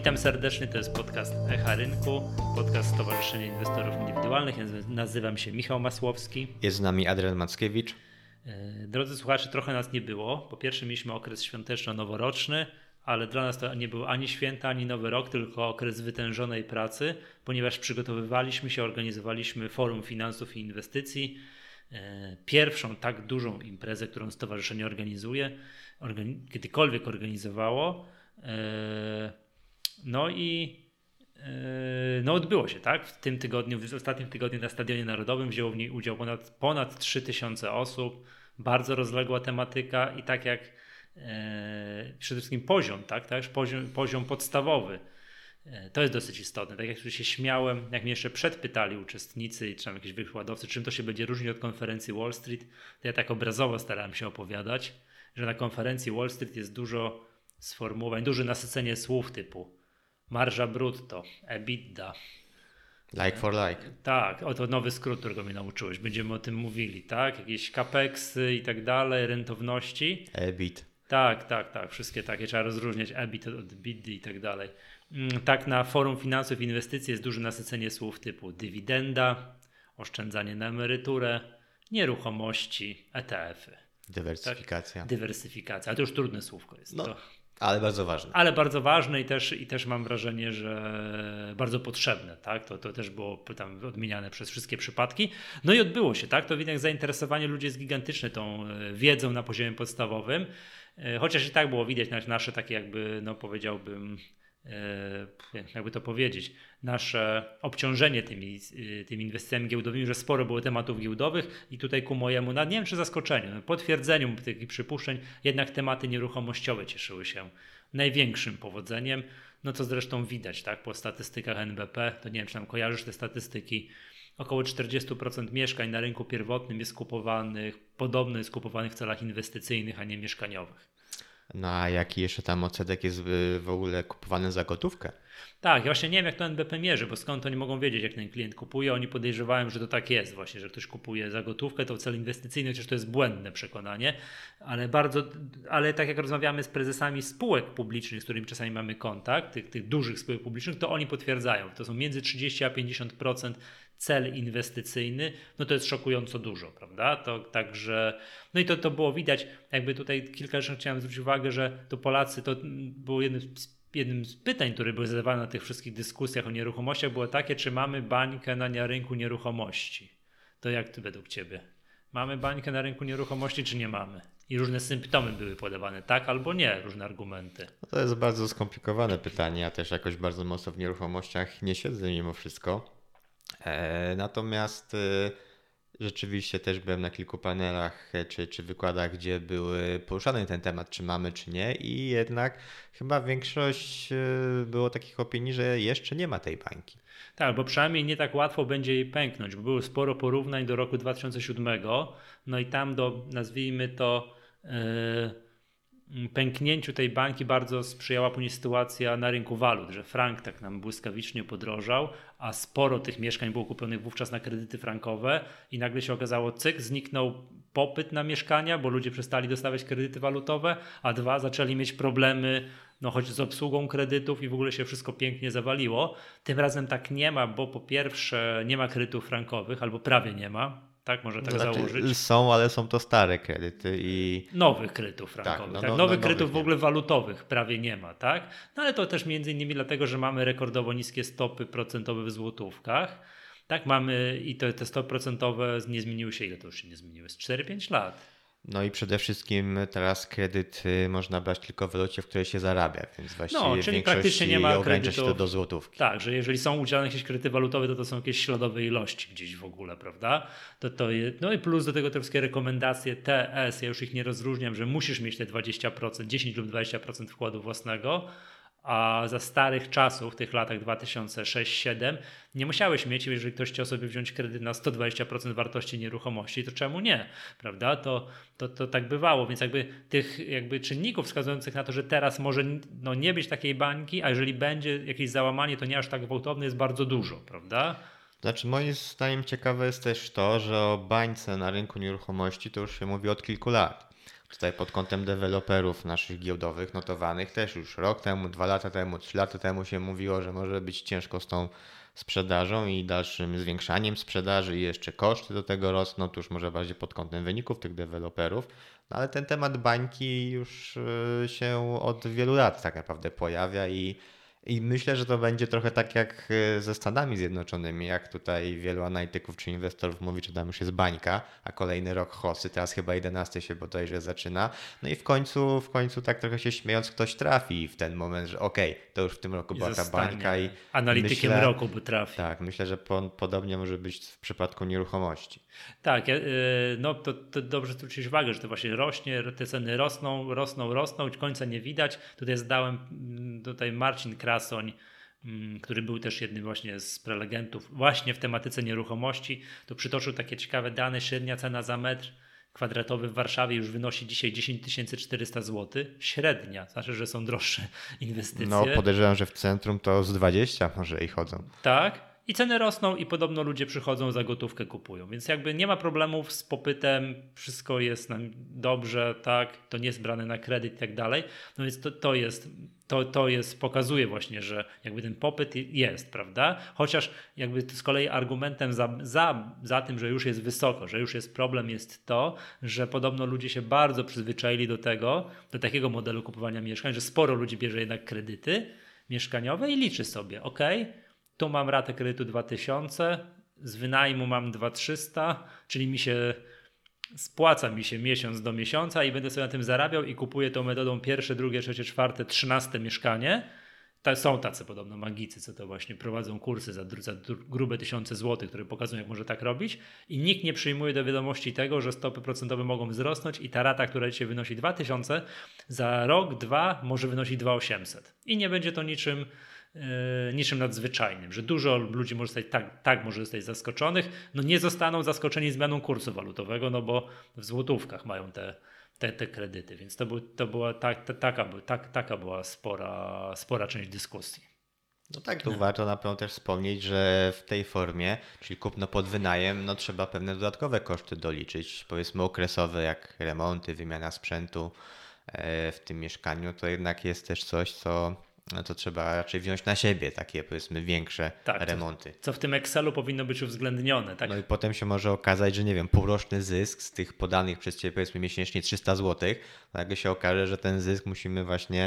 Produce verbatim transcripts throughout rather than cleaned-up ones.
Witam serdecznie, to jest podcast Echa Rynku, podcast Stowarzyszenia Inwestorów Indywidualnych. Ja nazywam się Michał Masłowski. Jest z nami Adrian Mackiewicz. Drodzy słuchacze, trochę nas nie było. Po pierwsze mieliśmy okres świąteczno-noworoczny, ale dla nas to nie był ani święta, ani nowy rok, tylko okres wytężonej pracy, ponieważ przygotowywaliśmy się, organizowaliśmy Forum Finansów i Inwestycji, pierwszą tak dużą imprezę, którą stowarzyszenie organizuje, organi- kiedykolwiek organizowało. No i no odbyło się, tak? W tym tygodniu, w ostatnim tygodniu na Stadionie Narodowym wzięło w niej udział ponad, ponad trzy tysiące osób. Bardzo rozległa tematyka i tak jak e, przede wszystkim poziom, tak? tak? Poziom, poziom podstawowy. E, to jest dosyć istotne. Tak jak się śmiałem, jak mnie jeszcze przedpytali uczestnicy czy tam jakieś wykładowcy, czym to się będzie różnić od konferencji Wall Street, to ja tak obrazowo starałem się opowiadać, że na konferencji Wall Street jest dużo sformułowań, duże nasycenie słów typu marża brutto, EBITDA. Like for like. Tak, oto nowy skrót, którego mnie nauczyłeś. Będziemy o tym mówili, tak? Jakieś capeksy i tak dalej, rentowności. EBIT. Tak, tak, tak. Wszystkie takie. Trzeba rozróżniać EBIT od EBITDA i tak dalej. Tak, na Forum Finansów i Inwestycji jest duże nasycenie słów typu dywidenda, oszczędzanie na emeryturę, nieruchomości, E T F-y. Dywersyfikacja. Tak? Dywersyfikacja. Ale to już trudne słówko jest. No. To... Ale bardzo ważne. Ale bardzo ważne i też, i też mam wrażenie, że bardzo potrzebne, tak? To, to też było tam odmieniane przez wszystkie przypadki. No i odbyło się, tak? To widać, zainteresowanie ludzi jest gigantyczne tą wiedzą na poziomie podstawowym. Chociaż i tak było widać nasze takie jakby, no powiedziałbym, jakby to powiedzieć, nasze obciążenie tymi, tymi inwestycjami giełdowymi, że sporo było tematów giełdowych i tutaj ku mojemu, no nie wiem czy zaskoczeniu, potwierdzeniu tych przypuszczeń, jednak tematy nieruchomościowe cieszyły się największym powodzeniem, no co zresztą widać, tak, po statystykach N B P, to nie wiem czy nam kojarzysz te statystyki, około czterdzieści procent mieszkań na rynku pierwotnym jest kupowanych, podobno jest kupowanych w celach inwestycyjnych, a nie mieszkaniowych. No a jaki jeszcze tam odsetek jest w ogóle kupowany za gotówkę? Tak, ja właśnie nie wiem jak to N B P mierzy, bo skąd oni mogą wiedzieć jak ten klient kupuje, oni podejrzewają, że to tak jest właśnie, że ktoś kupuje za gotówkę, to w cel inwestycyjny, chociaż to jest błędne przekonanie, ale bardzo, ale tak jak rozmawiamy z prezesami spółek publicznych, z którymi czasami mamy kontakt, tych, tych dużych spółek publicznych, to oni potwierdzają, to są między trzydzieści a pięćdziesiąt procent cel inwestycyjny, no to jest szokująco dużo, prawda? To także, no i to, to było widać, jakby tutaj kilka rzeczy chciałem zwrócić uwagę, że to Polacy, to było jednym z Jednym z pytań, które były zadawane na tych wszystkich dyskusjach o nieruchomościach, było takie, czy mamy bańkę na rynku nieruchomości. To jak ty według ciebie? Mamy bańkę na rynku nieruchomości, czy nie mamy? I różne symptomy były podawane, tak albo nie, różne argumenty. No to jest bardzo skomplikowane pytanie. Ja też jakoś bardzo mocno w nieruchomościach nie siedzę mimo wszystko. E, natomiast e, rzeczywiście też byłem na kilku panelach czy, czy wykładach, gdzie były poruszany ten temat, czy mamy, czy nie, i jednak chyba większość było takich opinii, że jeszcze nie ma tej bańki. Tak, bo przynajmniej nie tak łatwo będzie jej pęknąć, bo było sporo porównań do roku dwa tysiące siódmego, no i tam do, nazwijmy to, yy, pęknięciu tej bańki bardzo sprzyjała później sytuacja na rynku walut, że frank tak nam błyskawicznie podrożał, a sporo tych mieszkań było kupionych wówczas na kredyty frankowe i nagle się okazało, cyk, zniknął popyt na mieszkania, bo ludzie przestali dostawać kredyty walutowe, a dwa, zaczęli mieć problemy no choć z obsługą kredytów i w ogóle się wszystko pięknie zawaliło. Tym razem tak nie ma, bo po pierwsze nie ma kredytów frankowych, albo prawie nie ma. Tak, można tak znaczy, założyć. Są, ale są to stare kredyty i... Nowych kredytów frankowych. Tak, no, tak? No, Nowych no, kredytów nowych w ogóle walutowych prawie nie ma, tak? No ale to też między innymi dlatego, że mamy rekordowo niskie stopy procentowe w złotówkach. Tak, mamy i to, te stopy procentowe nie zmieniły się, ile to już się nie zmieniły? Z cztery pięć lat. No i przede wszystkim teraz kredyt można brać tylko w walucie, w której się zarabia, więc właściwie no, czyli praktycznie nie ma ogranicza kredytów, się to do złotówki. Tak, że jeżeli są udzielane jakieś kredyty walutowe, to to są jakieś śladowe ilości gdzieś w ogóle, prawda? To, to je, no i plus do tego te wszystkie rekomendacje T S, ja już ich nie rozróżniam, że musisz mieć te dwadzieścia procent, dziesięć lub dwadzieścia procent wkładu własnego, a za starych czasów, w tych latach dwa tysiące szósty siódmy, nie musiałeś mieć, jeżeli ktoś chciał sobie wziąć kredyt na sto dwadzieścia procent wartości nieruchomości, to czemu nie, prawda? To, to, to tak bywało, więc jakby tych jakby czynników wskazujących na to, że teraz może no, nie być takiej bańki, a jeżeli będzie jakieś załamanie, to nie aż tak gwałtowne, jest bardzo dużo, prawda? Znaczy moim zdaniem ciekawe jest też to, że o bańce na rynku nieruchomości to już się mówi od kilku lat. Tutaj pod kątem deweloperów naszych giełdowych, notowanych też już rok temu, dwa lata temu, trzy lata temu się mówiło, że może być ciężko z tą sprzedażą i dalszym zwiększaniem sprzedaży i jeszcze koszty do tego rosną, to już może bardziej pod kątem wyników tych deweloperów, no ale ten temat bańki już y, się od wielu lat tak naprawdę pojawia i i myślę, że to będzie trochę tak jak ze Stanami Zjednoczonymi, jak tutaj wielu analityków czy inwestorów mówi, że tam już jest bańka, a kolejny rok hossy, teraz chyba jedenasty się bodajże zaczyna. No i w końcu, w końcu tak trochę się śmiejąc ktoś trafi w ten moment, że okej, okay, to już w tym roku I była ta bańka. I analitykiem myślę, roku by trafił. Tak, myślę, że po, podobnie może być w przypadku nieruchomości. Tak, no to, to dobrze zwrócić uwagę, że to właśnie rośnie, te ceny rosną, rosną, rosną, końca nie widać. Tutaj zdałem, tutaj Marcin Krasoń, który był też jednym właśnie z prelegentów właśnie w tematyce nieruchomości, to przytoczył takie ciekawe dane, średnia cena za metr kwadratowy w Warszawie już wynosi dzisiaj dziesięć tysięcy czterysta złotych. Średnia, znaczy, że są droższe inwestycje. No podejrzewam, że w centrum to z dwadzieścia może i chodzą. Tak. I ceny rosną i podobno ludzie przychodzą, za gotówkę kupują. Więc jakby nie ma problemów z popytem, wszystko jest nam dobrze, tak, to nie jest brane na kredyt i tak dalej. No więc to, to jest, to, to jest, pokazuje właśnie, że jakby ten popyt jest, prawda? Chociaż jakby z kolei argumentem za, za, za tym, że już jest wysoko, że już jest problem, jest to, że podobno ludzie się bardzo przyzwyczaili do tego, do takiego modelu kupowania mieszkań, że sporo ludzi bierze jednak kredyty mieszkaniowe i liczy sobie, ok, tu mam ratę kredytu dwa tysiące, z wynajmu mam dwa tysiące trzysta, czyli mi się spłaca mi się miesiąc do miesiąca i będę sobie na tym zarabiał i kupuję tą metodą pierwsze, drugie, trzecie, czwarte, trzynaste mieszkanie. Ta, są tacy podobno magicy, co to właśnie prowadzą kursy za, za grube tysiące złotych, które pokazują, jak może tak robić i nikt nie przyjmuje do wiadomości tego, że stopy procentowe mogą wzrosnąć i ta rata, która dzisiaj wynosi dwa tysiące, za rok, dwa może wynosić dwa tysiące osiemset i nie będzie to niczym Yy, niczym nadzwyczajnym, że dużo ludzi może zostać tak, tak może zostać zaskoczonych, no nie zostaną zaskoczeni zmianą kursu walutowego, no bo w złotówkach mają te, te, te kredyty, więc to, był, to była ta, ta, taka, tak, taka była spora, spora część dyskusji. No tak, tu no. Warto na pewno też wspomnieć, że w tej formie, czyli kupno pod wynajem, no trzeba pewne dodatkowe koszty doliczyć, powiedzmy okresowe, jak remonty, wymiana sprzętu w tym mieszkaniu, to jednak jest też coś, co no to trzeba raczej wziąć na siebie takie powiedzmy większe tak, remonty. Co, co w tym Excelu powinno być uwzględnione. Tak? No i potem się może okazać, że nie wiem, półroczny zysk z tych podanych przez Ciebie powiedzmy miesięcznie trzysta złotych, nagle się okaże, że ten zysk musimy właśnie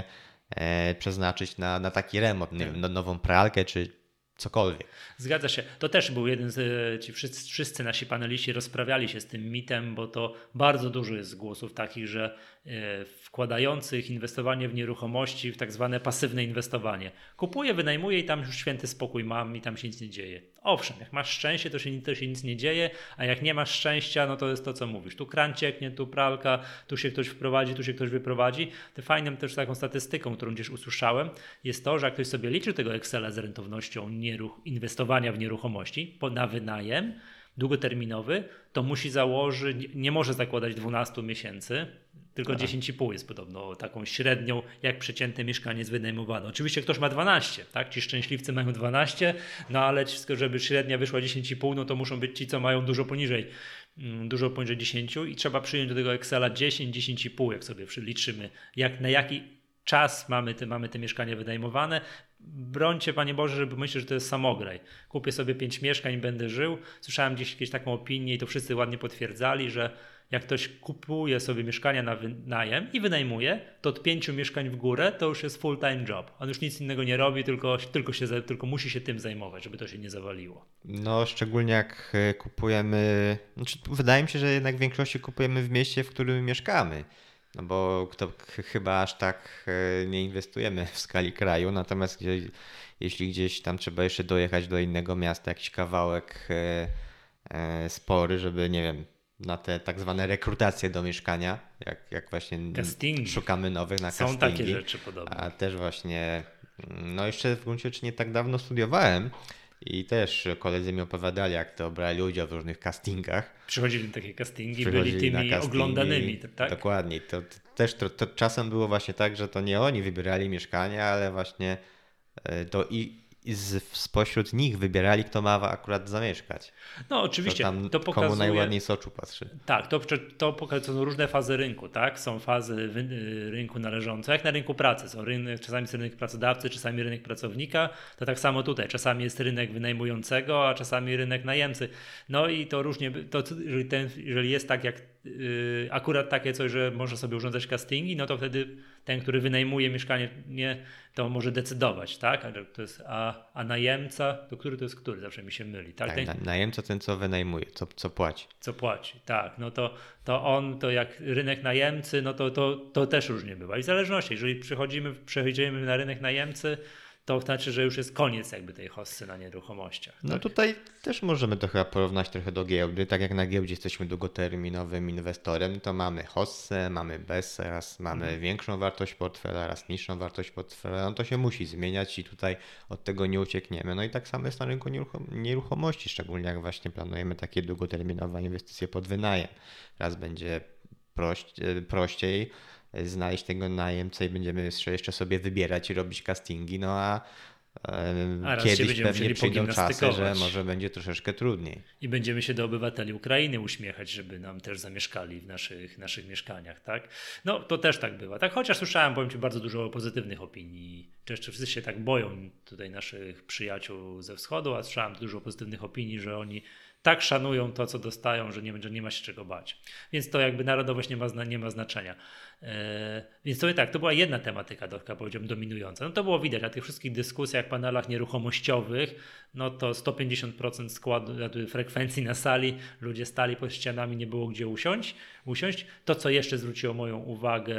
e, przeznaczyć na, na taki remont, nie wiem, nową pralkę czy cokolwiek. Zgadza się. To też był jeden z, ci wszyscy, wszyscy nasi paneliści rozprawiali się z tym mitem, bo to bardzo dużo jest głosów takich, że e, wkładających inwestowanie w nieruchomości, w tak zwane pasywne inwestowanie. Kupuję, wynajmuję i tam już święty spokój mam i tam się nic nie dzieje. Owszem, jak masz szczęście, to się, to się nic nie dzieje, a jak nie masz szczęścia, no to jest to, co mówisz. Tu kran cieknie, tu pralka, tu się ktoś wprowadzi, tu się ktoś wyprowadzi. To fajną też taką statystyką, którą gdzieś usłyszałem, jest to, że jak ktoś sobie liczy tego Excela z rentownością nieruch- inwestowania w nieruchomości na wynajem długoterminowy, to musi założyć, nie może zakładać dwanaście miesięcy, tylko tak. dziesięć i pół jest podobno taką średnią, jak przeciętne mieszkanie jest wynajmowane. Oczywiście ktoś ma dwanaście, tak? Ci szczęśliwcy mają dwanaście, no ale żeby średnia wyszła dziesięć i pół, no to muszą być ci, co mają dużo poniżej, dużo poniżej dziesięć i trzeba przyjąć do tego Excela dziesięć, dziesięć i pół, jak sobie liczymy, jak, na jaki czas mamy te, mamy te mieszkania wynajmowane. Brońcie, Panie Boże, żeby myśleć, że to jest samograj. Kupię sobie pięć mieszkań, będę żył. Słyszałem gdzieś jakieś taką opinię i to wszyscy ładnie potwierdzali, że jak ktoś kupuje sobie mieszkania na wynajem i wynajmuje, to od pięciu mieszkań w górę to już jest full-time job. On już nic innego nie robi, tylko, tylko, się, tylko musi się tym zajmować, żeby to się nie zawaliło. No szczególnie jak kupujemy, znaczy, wydaje mi się, że jednak w większości kupujemy w mieście, w którym mieszkamy. No bo kto, chyba aż tak nie inwestujemy w skali kraju, natomiast gdzieś, jeśli gdzieś tam trzeba jeszcze dojechać do innego miasta, jakiś kawałek e, e, spory, żeby nie wiem, na te tak zwane rekrutacje do mieszkania, jak, jak właśnie castingi. Szukamy nowych na Są castingi. takie rzeczy podobne. A też właśnie, no jeszcze w gruncie rzeczy nie tak dawno studiowałem i też koledzy mi opowiadali, jak to brali udział w różnych castingach. Przychodzili na takie castingi, Przychodzili byli tymi castingi, oglądanymi, tak? Dokładnie. To, to też to, to czasem było właśnie tak, że to nie oni wybierali mieszkania, ale właśnie to i z, spośród nich wybierali, kto ma akurat zamieszkać. No oczywiście, to, tam to pokazuje... komu najładniej z oczu patrzy. Tak, to, to pokazuje, są różne fazy rynku, tak? Są fazy rynku należące, jak na rynku pracy. Są rynek, czasami jest rynek pracodawcy, czasami rynek pracownika, to tak samo tutaj. Czasami jest rynek wynajmującego, a czasami rynek najemcy. No i to różnie, to, jeżeli, ten, jeżeli jest tak jak yy, akurat takie coś, że może sobie urządzać castingi, no to wtedy ten, który wynajmuje mieszkanie, nie, to może decydować, tak? A, to jest, a, a najemca, to który to jest który? Zawsze mi się myli, tak? Tak, ten, na, najemca ten, co wynajmuje, co, co płaci. Co płaci, tak. No to, to on, to jak rynek najemcy, no to, to, to też różnie bywa. I w zależności, jeżeli przychodzimy, przechodzimy na rynek najemcy, to znaczy, że już jest koniec jakby tej hossy na nieruchomościach. No tak? tutaj też możemy to chyba porównać trochę do giełdy. Tak jak na giełdzie jesteśmy długoterminowym inwestorem, to mamy hossę, mamy bez, raz mamy mhm. większą wartość portfela, raz niższą wartość portfela. No to się musi zmieniać i tutaj od tego nie uciekniemy. No i tak samo jest na rynku nieruchom- nieruchomości, szczególnie jak właśnie planujemy takie długoterminowe inwestycje pod wynajem. Raz będzie prościej, prościej znaleźć tego najemcę i będziemy jeszcze sobie wybierać i robić castingi, no a, a kiedyś pewnie przyjdą czasy, że może będzie troszeczkę trudniej. I będziemy się do obywateli Ukrainy uśmiechać, żeby nam też zamieszkali w naszych, naszych mieszkaniach, tak? No to też tak bywa, tak? Chociaż słyszałem, powiem Ci, bardzo dużo pozytywnych opinii. Jeszcze wszyscy się tak boją tutaj naszych przyjaciół ze wschodu, a słyszałem dużo pozytywnych opinii, że oni tak szanują to, co dostają, że nie, że nie ma się czego bać. Więc to jakby narodowość nie ma, nie ma znaczenia. Yy, więc to tak, to była jedna tematyka, taka powiedziałbym dominująca. No to było widać na tych wszystkich dyskusjach, panelach nieruchomościowych, no to sto pięćdziesiąt procent składu, frekwencji na sali, ludzie stali pod ścianami, nie było gdzie usiąść. usiąść. To, co jeszcze zwróciło moją uwagę,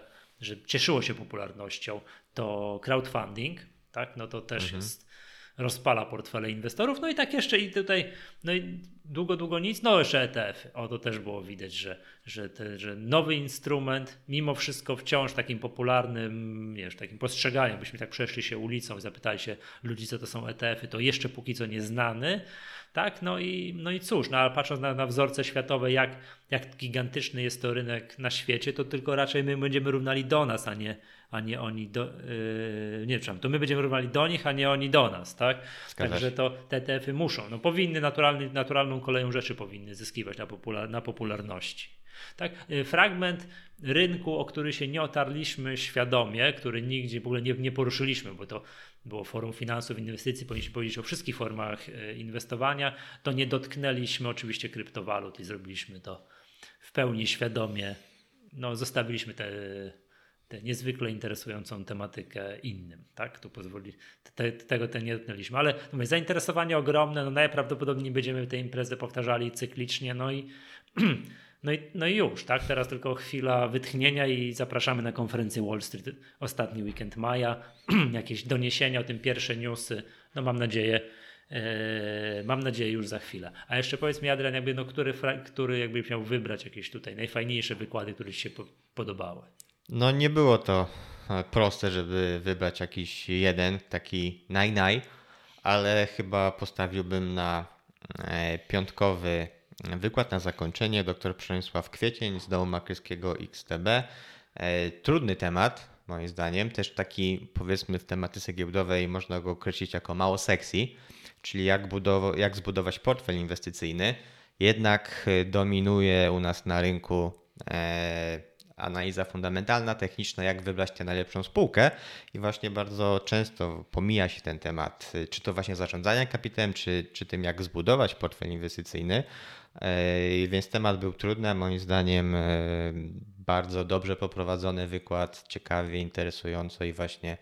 że cieszyło się popularnością, to crowdfunding, tak, no to też mhm. jest rozpala portfele inwestorów, no i tak jeszcze i tutaj, no i długo, długo nic, no jeszcze E T F-y, o to też było widać, że, że, te, że nowy instrument, mimo wszystko wciąż takim popularnym, wiesz, takim postrzeganiem, byśmy tak przeszli się ulicą i zapytali się ludzi, co to są E T F-y, to jeszcze póki co nieznany, tak, no i, no i cóż, no ale patrząc na, na wzorce światowe, jak, jak gigantyczny jest to rynek na świecie, to tylko raczej my będziemy równali do nas, a nie a nie oni do, yy, nie wiem, to my będziemy równali do nich, a nie oni do nas, tak? Zgadza Także się. to te E T F-y muszą, no powinny naturalny, naturalną koleją rzeczy powinny zyskiwać na, popular, na popularności. Tak? Yy, fragment rynku, o który się nie otarliśmy świadomie, który nigdzie w ogóle nie, nie poruszyliśmy, bo to było Forum Finansów i Inwestycji, powinniśmy powiedzieć o wszystkich formach yy, inwestowania, to nie dotknęliśmy oczywiście kryptowalut i zrobiliśmy to w pełni świadomie, no zostawiliśmy te tę niezwykle interesującą tematykę innym, tak? Tu pozwoli, te, tego te nie dotknęliśmy, ale mówię, zainteresowanie ogromne, no najprawdopodobniej będziemy tę imprezę powtarzali cyklicznie, no i, no i, no i już, tak? Teraz tylko chwila wytchnienia i zapraszamy na konferencję Wall Street, ostatni weekend maja, jakieś doniesienia o tym, pierwsze newsy, no mam nadzieję, Yy, mam nadzieję już za chwilę. A jeszcze powiedz mi, Adrian, jakby, no, który, który jakbyś miał wybrać jakieś tutaj najfajniejsze wykłady, które Ci się po, podobały? No nie było to proste, żeby wybrać jakiś jeden, taki naj-naj, ale chyba postawiłbym na piątkowy wykład na zakończenie. Dr Przemysław Kwiecień z Domu Maklerskiego X T B. Trudny temat, moim zdaniem, też taki, powiedzmy, w tematyce giełdowej można go określić jako mało sexy, czyli jak, budow- jak zbudować portfel inwestycyjny. Jednak dominuje u nas na rynku e, analiza fundamentalna, techniczna, jak wybrać tę najlepszą spółkę i właśnie bardzo często pomija się ten temat, czy to właśnie zarządzania kapitałem, czy, czy tym, jak zbudować portfel inwestycyjny, e, więc temat był trudny, a moim zdaniem e, bardzo dobrze poprowadzony wykład, ciekawie, interesująco i właśnie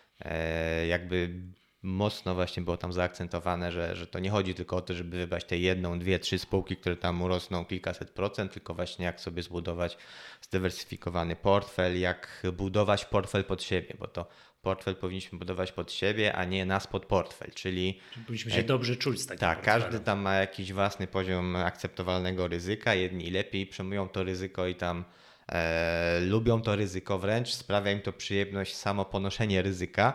e, jakby mocno właśnie było tam zaakcentowane, że, że to nie chodzi tylko o to, żeby wybrać te jedną, dwie, trzy spółki, które tam urosną kilkaset procent, tylko właśnie jak sobie zbudować zdywersyfikowany portfel, jak budować portfel pod siebie, bo to portfel powinniśmy budować pod siebie, a nie nas pod portfel, czyli... czyli powinniśmy się dobrze czuć z takim Tak, portfelem. Każdy tam ma jakiś własny poziom akceptowalnego ryzyka, jedni lepiej przejmują to ryzyko i tam e, lubią to ryzyko wręcz, sprawia im to przyjemność samo ponoszenie ryzyka,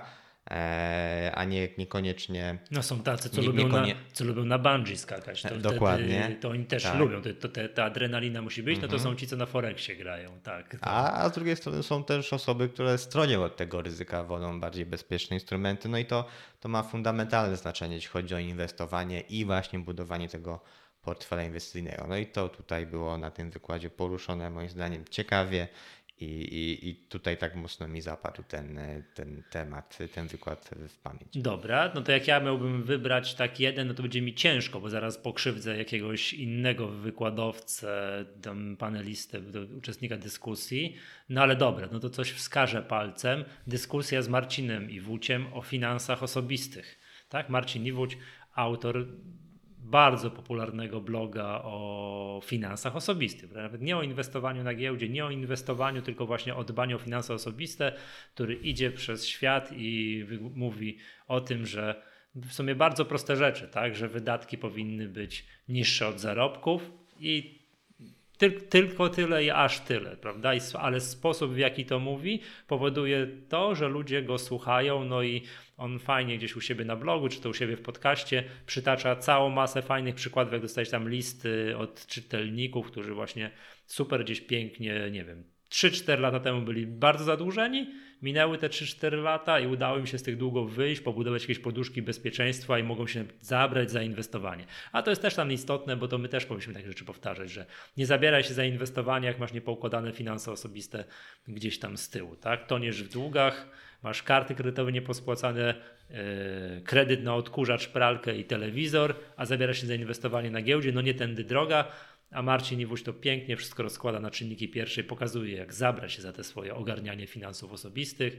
a nie, niekoniecznie... No są tacy, co, nie, lubią, niekonie... na, co lubią na bungee skakać. To Dokładnie. Wtedy, to oni też tak. lubią, to, to, te, ta adrenalina musi być, mhm. no to są ci, co na Forexie grają. Tak, to... a, a z drugiej strony są też osoby, które stronią od tego ryzyka, wolą bardziej bezpieczne instrumenty, no i to, to ma fundamentalne znaczenie, jeśli chodzi o inwestowanie i właśnie budowanie tego portfela inwestycyjnego. No i to tutaj było na tym wykładzie poruszone moim zdaniem ciekawie i, i, i tutaj tak mocno mi zapadł ten, ten temat, ten wykład w pamięć. Dobra, no to jak ja miałbym wybrać tak jeden, no to będzie mi ciężko, bo zaraz pokrzywdzę jakiegoś innego wykładowcę, tam panelistę, uczestnika dyskusji. No ale dobra, no to coś wskażę palcem. Dyskusja z Marcinem Iwuciem o finansach osobistych. Tak, Marcin Iwuć, autor bardzo popularnego bloga o finansach osobistych. Nawet nie o inwestowaniu na giełdzie, nie o inwestowaniu, tylko właśnie o dbaniu o finanse osobiste, który idzie przez świat i mówi o tym, że w sumie bardzo proste rzeczy, tak, że wydatki powinny być niższe od zarobków i Ty, tylko tyle i aż tyle, prawda? I, ale sposób, w jaki to mówi, powoduje to, że ludzie go słuchają, no i on fajnie gdzieś u siebie na blogu, czy to u siebie w podcaście przytacza całą masę fajnych przykładów, jak dostajesz tam listy od czytelników, którzy właśnie super gdzieś pięknie, nie wiem, trzy cztery lata temu byli bardzo zadłużeni, minęły te trzy cztery lata i udało im się z tych długów wyjść, pobudować jakieś poduszki bezpieczeństwa i mogą się zabrać za inwestowanie. A to jest też tam istotne, bo to my też powinniśmy takie rzeczy powtarzać, że nie zabieraj się za inwestowanie, jak masz niepoukładane finanse osobiste gdzieś tam z tyłu. Tak? Toniesz w długach, masz karty kredytowe niepospłacane, yy, kredyt na odkurzacz, pralkę i telewizor, a zabierasz się za inwestowanie na giełdzie, no nie tędy droga. A Marcin Iwuś to pięknie wszystko rozkłada na czynniki pierwsze i pokazuje, jak zabrać się za te swoje ogarnianie finansów osobistych.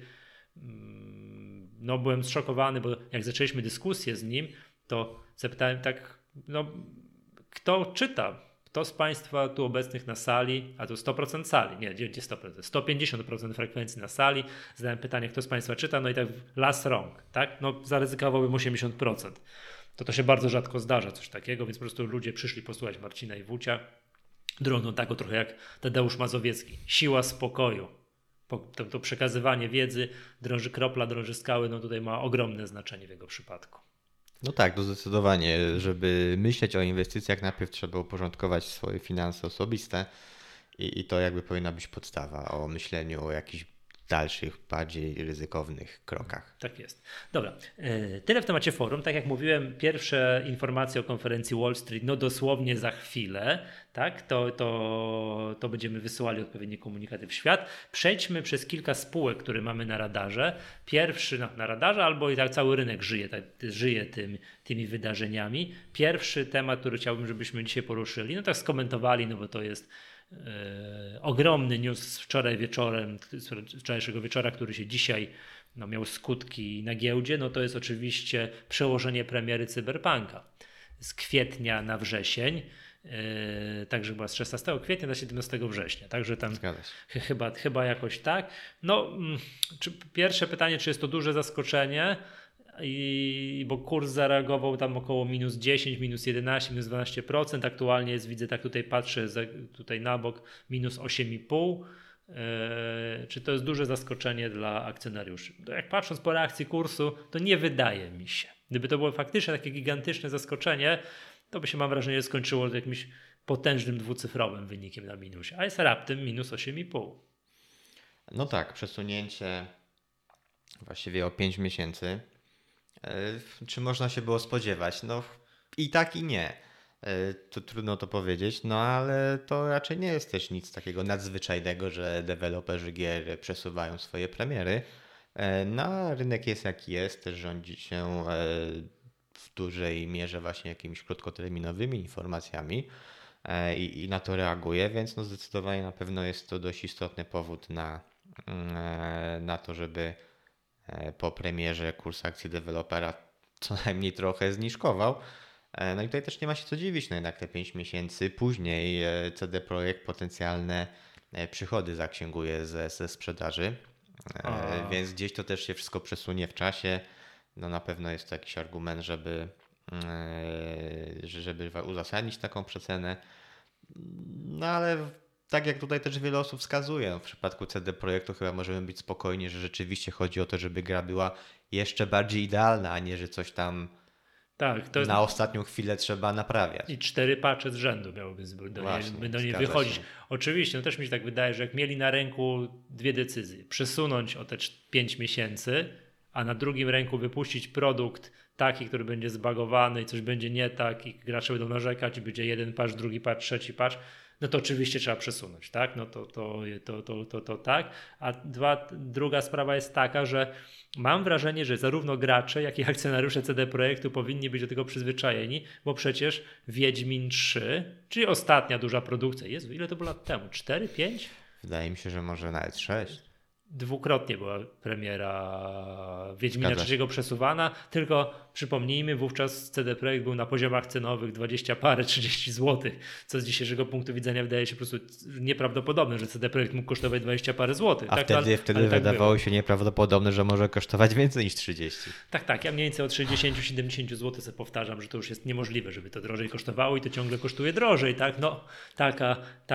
No byłem zszokowany, bo jak zaczęliśmy dyskusję z nim, to zapytałem tak, no kto czyta? Kto z Państwa tu obecnych na sali, a tu sto procent sali, nie, gdzie sto procent, sto pięćdziesiąt procent frekwencji na sali, zadałem pytanie, kto z Państwa czyta, no i tak las rąk, tak? No zaryzykowałbym osiemdziesiąt procent. To to się bardzo rzadko zdarza, coś takiego, więc po prostu ludzie przyszli posłuchać Marcina Iwucia. Drogą taką trochę jak Tadeusz Mazowiecki. Siła spokoju. To, to przekazywanie wiedzy, drąży kropla, drąży skały, no tutaj ma ogromne znaczenie w jego przypadku. No tak, to zdecydowanie. Żeby myśleć o inwestycjach, najpierw trzeba uporządkować swoje finanse osobiste i, i to jakby powinna być podstawa o myśleniu o jakichś dalszych, bardziej ryzykownych krokach. Tak jest. Dobra, tyle w temacie forum. Tak jak mówiłem, pierwsze informacje o konferencji Wall Street, no dosłownie za chwilę, tak, to, to, to będziemy wysyłali odpowiednie komunikaty w świat. Przejdźmy przez kilka spółek, które mamy na radarze. Pierwszy na, na radarze, albo i tak cały rynek żyje, tak, żyje tym, tymi wydarzeniami. Pierwszy temat, który chciałbym, żebyśmy dzisiaj poruszyli, no tak skomentowali, no bo to jest Yy, ogromny news z wczoraj wieczorem, z wczorajszego wieczora, który się dzisiaj no, miał skutki na giełdzie, no to jest oczywiście przełożenie premiery Cyberpunka z kwietnia na wrzesień, yy, także chyba z szesnastego kwietnia na siedemnastego września, także tam ch- chyba, chyba jakoś tak. No, mm, czy, pierwsze pytanie, czy jest to duże zaskoczenie? I, bo kurs zareagował tam około minus dziesięć, minus jedenaście, minus dwanaście procent. Aktualnie jest, widzę, tak tutaj patrzę za, tutaj na bok, minus osiem i pół. Yy, czy to jest duże zaskoczenie dla akcjonariuszy? To jak patrząc po reakcji kursu, to nie wydaje mi się. Gdyby to było faktycznie takie gigantyczne zaskoczenie, to by się, mam wrażenie, skończyło jakimś potężnym dwucyfrowym wynikiem na minusie. A jest raptem minus osiem i pół. No tak, przesunięcie właściwie o pięć miesięcy. Czy można się było spodziewać? No i tak i nie. To trudno to powiedzieć, no ale to raczej nie jest też nic takiego nadzwyczajnego, że deweloperzy gier przesuwają swoje premiery. No rynek jest jaki jest, też rządzi się w dużej mierze właśnie jakimiś krótkoterminowymi informacjami i, i na to reaguje, więc no zdecydowanie na pewno jest to dość istotny powód na, na to, żeby po premierze kurs akcji dewelopera co najmniej trochę zniżkował. No i tutaj też nie ma się co dziwić, no jednak te pięć miesięcy później C D Projekt potencjalne przychody zaksięguje ze, ze sprzedaży, A. więc gdzieś to też się wszystko przesunie w czasie. No na pewno jest to jakiś argument, żeby, żeby uzasadnić taką przecenę. No ale tak jak tutaj też wiele osób wskazuje, no w przypadku C D Projektu chyba możemy być spokojni, że rzeczywiście chodzi o to, żeby gra była jeszcze bardziej idealna, a nie, że coś tam tak, to jest... na ostatnią chwilę trzeba naprawiać. I cztery patche z rzędu miałyby do Właśnie, niej, do niej zgadza wychodzić. się. Oczywiście, no też mi się tak wydaje, że jak mieli na ręku dwie decyzje, przesunąć o te pięć miesięcy, a na drugim ręku wypuścić produkt taki, który będzie zbagowany i coś będzie nie tak i gracze będą narzekać i będzie jeden patch, drugi patch, trzeci patch, no to oczywiście trzeba przesunąć, tak? No to, to, to, to, to, to tak. A dwa, druga sprawa jest taka, że mam wrażenie, że zarówno gracze, jak i akcjonariusze C D Projektu powinni być do tego przyzwyczajeni, bo przecież Wiedźmin trzy, czyli ostatnia duża produkcja, Jezu, ile to było lat temu? cztery, pięć? Wydaje mi się, że może nawet sześć. Dwukrotnie była premiera Wiedźmina Zgadza się. trzeciego przesuwana, tylko przypomnijmy, wówczas C D Projekt był na poziomach cenowych dwadzieścia parę, trzydzieści złotych, co z dzisiejszego punktu widzenia wydaje się po prostu nieprawdopodobne, że C D Projekt mógł kosztować dwadzieścia parę złotych. A tak, wtedy, ale, wtedy ale tak wydawało było. się nieprawdopodobne, że może kosztować więcej niż trzydzieści. Tak, tak, ja mniej więcej od sześćdziesiąt do siedemdziesięciu złotych sobie powtarzam, że to już jest niemożliwe, żeby to drożej kosztowało i to ciągle kosztuje drożej, tak? No, taka,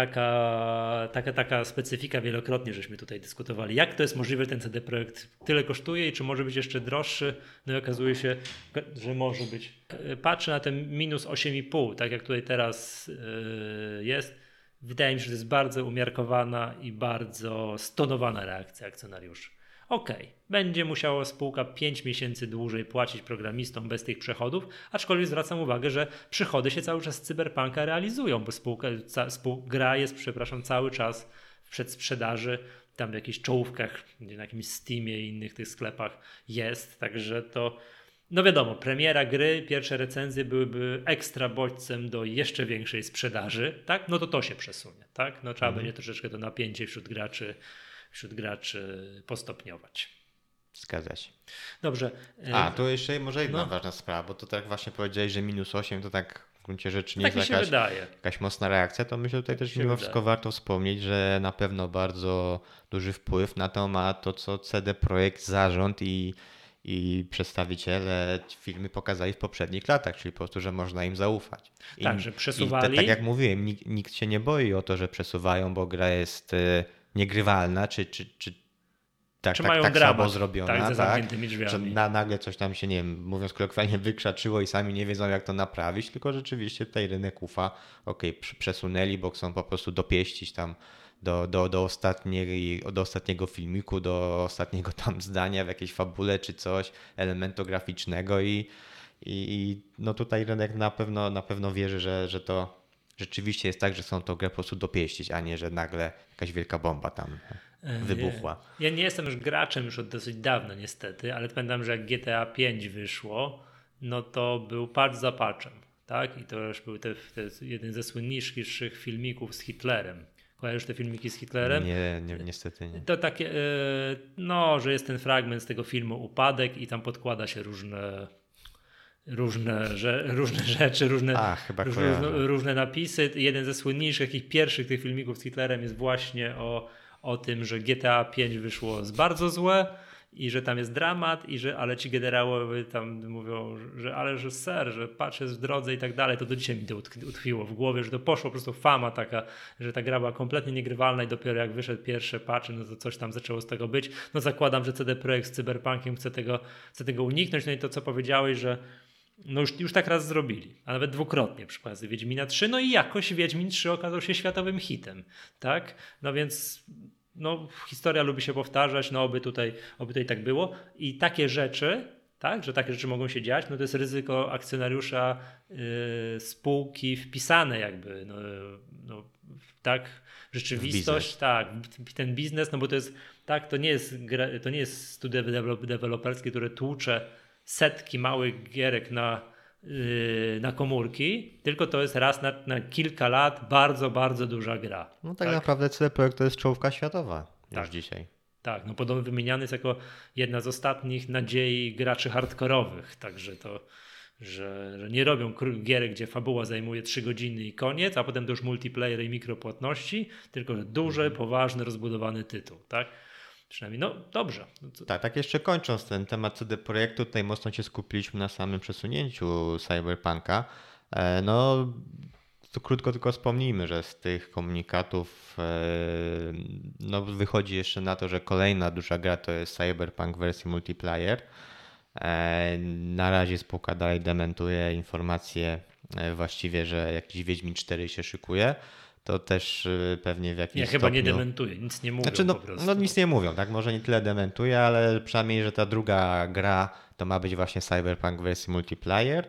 taka, taka, taka specyfika wielokrotnie, żeśmy tutaj dyskutowali. Jak to jest możliwe, ten C D Projekt tyle kosztuje i czy może być jeszcze droższy? No i okazuje się, że może być. Patrzę na ten minus osiem i pół, tak jak tutaj teraz yy, jest. Wydaje mi się, że to jest bardzo umiarkowana i bardzo stonowana reakcja akcjonariuszy. Okej, okay. Będzie musiała spółka pięć miesięcy dłużej płacić programistom bez tych przychodów, aczkolwiek zwracam uwagę, że przychody się cały czas z Cyberpunka realizują, bo spółka, ca, spół, gra jest, przepraszam, cały czas w przedsprzedaży, tam w jakichś czołówkach, na jakimś Steamie i innych tych sklepach jest, także to, no wiadomo, premiera gry, pierwsze recenzje byłyby ekstra bodźcem do jeszcze większej sprzedaży, tak? No to to się przesunie, tak? No trzeba Mhm. będzie troszeczkę to napięcie wśród graczy wśród graczy postopniować. Zgadza się. Dobrze. A, to jeszcze może jedna no. ważna sprawa, bo to tak właśnie powiedziałeś, że minus osiem to tak w gruncie rzeczy nie tak jest mi się jakaś, wydaje. jakaś mocna reakcja, to myślę, że tutaj Tak też się mimo wydaje. wszystko warto wspomnieć, że na pewno bardzo duży wpływ na to ma to, co C D Projekt, zarząd i, i przedstawiciele firmy pokazali w poprzednich latach, czyli po prostu, że można im zaufać. I, tak, że przesuwali. I te, tak jak mówiłem, nikt, nikt się nie boi o to, że przesuwają, bo gra jest y, niegrywalna, czy, czy, czy tak, Czy tak, mają tak dramat, słabo zrobiona, tak, ze tak, zamkniętymi że drzwiami. na, nagle coś tam się, nie wiem, mówiąc kolokwialnie, wykrzaczyło i sami nie wiedzą, jak to naprawić, tylko rzeczywiście tutaj rynek ufa, okej, okay, przesunęli, bo chcą po prostu dopieścić tam do, do, do, ostatniej, do ostatniego filmiku, do ostatniego tam zdania w jakiejś fabule czy coś, elementu graficznego i, i, i no tutaj rynek na pewno, na pewno wierzy, że, że to rzeczywiście jest tak, że chcą tą grę po prostu dopieścić, a nie, że nagle jakaś wielka bomba tam wybuchła. Ja nie jestem już graczem już od dosyć dawna niestety, ale pamiętam, że jak G T A pięć wyszło, no to był patch za patchem, tak? I to już był te, te, jeden ze słynniejszych filmików z Hitlerem. Kojarzysz te filmiki z Hitlerem? Nie, nie niestety nie. To takie, no, że jest ten fragment z tego filmu Upadek i tam podkłada się różne różne, że, różne rzeczy, różne, A, chyba różne, różne napisy. Jeden ze słynniejszych, takich pierwszych tych filmików z Hitlerem jest właśnie o, o tym, że G T A pięć wyszło z bardzo złe i że tam jest dramat, i że, ale ci generałowie tam mówią, że ale że ser, że patch jest w drodze i tak dalej. To do dzisiaj mi to utkwiło w głowie, że to poszło po prostu fama taka, że ta gra była kompletnie niegrywalna i dopiero jak wyszedł pierwszy patch, no to coś tam zaczęło z tego być. No zakładam, że C D Projekt z Cyberpunkiem chce tego, chce tego uniknąć. No i to, co powiedziałeś, że no już, już tak raz zrobili, a nawet dwukrotnie przy okazji Wiedźmina trzy, no i jakoś Wiedźmin trzy okazał się światowym hitem, tak? No więc no, historia lubi się powtarzać, no oby tutaj, oby tutaj tak było i takie rzeczy, tak, że takie rzeczy mogą się dziać, no to jest ryzyko akcjonariusza yy, spółki wpisane jakby, no, no tak, rzeczywistość, tak, ten biznes, no bo to jest, tak, to nie jest, gra, to nie jest studio deweloperskie, które tłucze setki małych gierek na, yy, na komórki, tylko to jest raz na, na kilka lat bardzo, bardzo duża gra. No tak, tak? naprawdę C D Projekt to jest czołówka światowa już tak. dzisiaj. Tak, no podobno wymieniany jest jako jedna z ostatnich nadziei graczy hardkorowych, także to, że, że nie robią gierek, gdzie fabuła zajmuje trzy godziny i koniec, a potem to już multiplayer i mikropłatności, tylko że duży, poważny, rozbudowany tytuł, tak? Przynajmniej, no dobrze. No co... Tak, tak jeszcze kończąc ten temat C D Projektu, tutaj mocno się skupiliśmy na samym przesunięciu Cyberpunka. No to krótko tylko wspomnijmy, że z tych komunikatów no, wychodzi jeszcze na to, że kolejna duża gra to jest Cyberpunk w wersji multiplayer. Na razie spółka dalej dementuje informacje właściwie, że jakiś Wiedźmin cztery się szykuje. To też pewnie w jakimś Ja stopniu... chyba nie dementuję, nic nie mówią znaczy, no, po prostu. No nic nie mówią, tak? Może nie tyle dementuje, ale przynajmniej, że ta druga gra to ma być właśnie Cyberpunk w wersji multiplayer.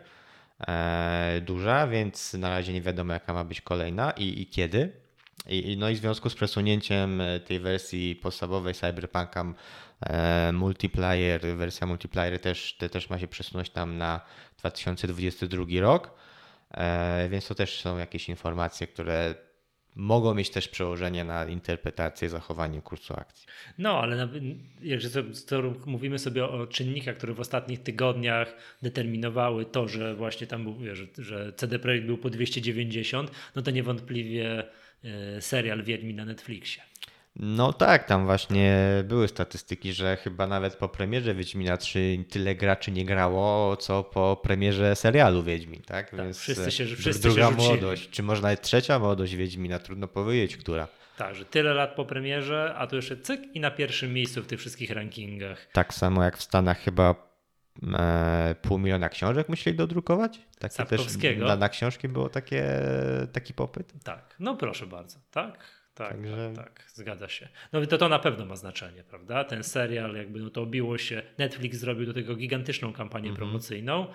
E, duża, więc na razie nie wiadomo jaka ma być kolejna i, i kiedy. I, no i w związku z przesunięciem tej wersji podstawowej Cyberpunka e, multiplayer, wersja multiplayer też, te, też ma się przesunąć tam na dwa tysiące dwudziesty drugi rok, e, więc to też są jakieś informacje, które mogą mieć też przełożenie na interpretację, zachowanie kursu akcji. No, ale na, jak to, to mówimy sobie o czynnikach, które w ostatnich tygodniach determinowały to, że właśnie tam był, że, że C D Projekt był po dwieście dziewięćdziesiąt, no to niewątpliwie y, serial Wiedźmin na Netflixie. No tak, tam właśnie były statystyki, że chyba nawet po premierze Wiedźmina trzy tyle graczy nie grało, co po premierze serialu Wiedźmin, tak? tak Więc wszyscy się, wszyscy druga się młodość, czy może nawet trzecia młodość Wiedźmina, trudno powiedzieć, która. Tak, że tyle lat po premierze, a tu jeszcze cyk i na pierwszym miejscu w tych wszystkich rankingach. Tak samo jak w Stanach chyba e, pół miliona książek musieli dodrukować. Takie też na, na książki było takie, taki popyt. Tak, no proszę bardzo, tak. Tak, Także... tak, tak, zgadza się. No to to na pewno ma znaczenie, prawda? Ten serial jakby no to obiło się, Netflix zrobił do tego gigantyczną kampanię mm-hmm. promocyjną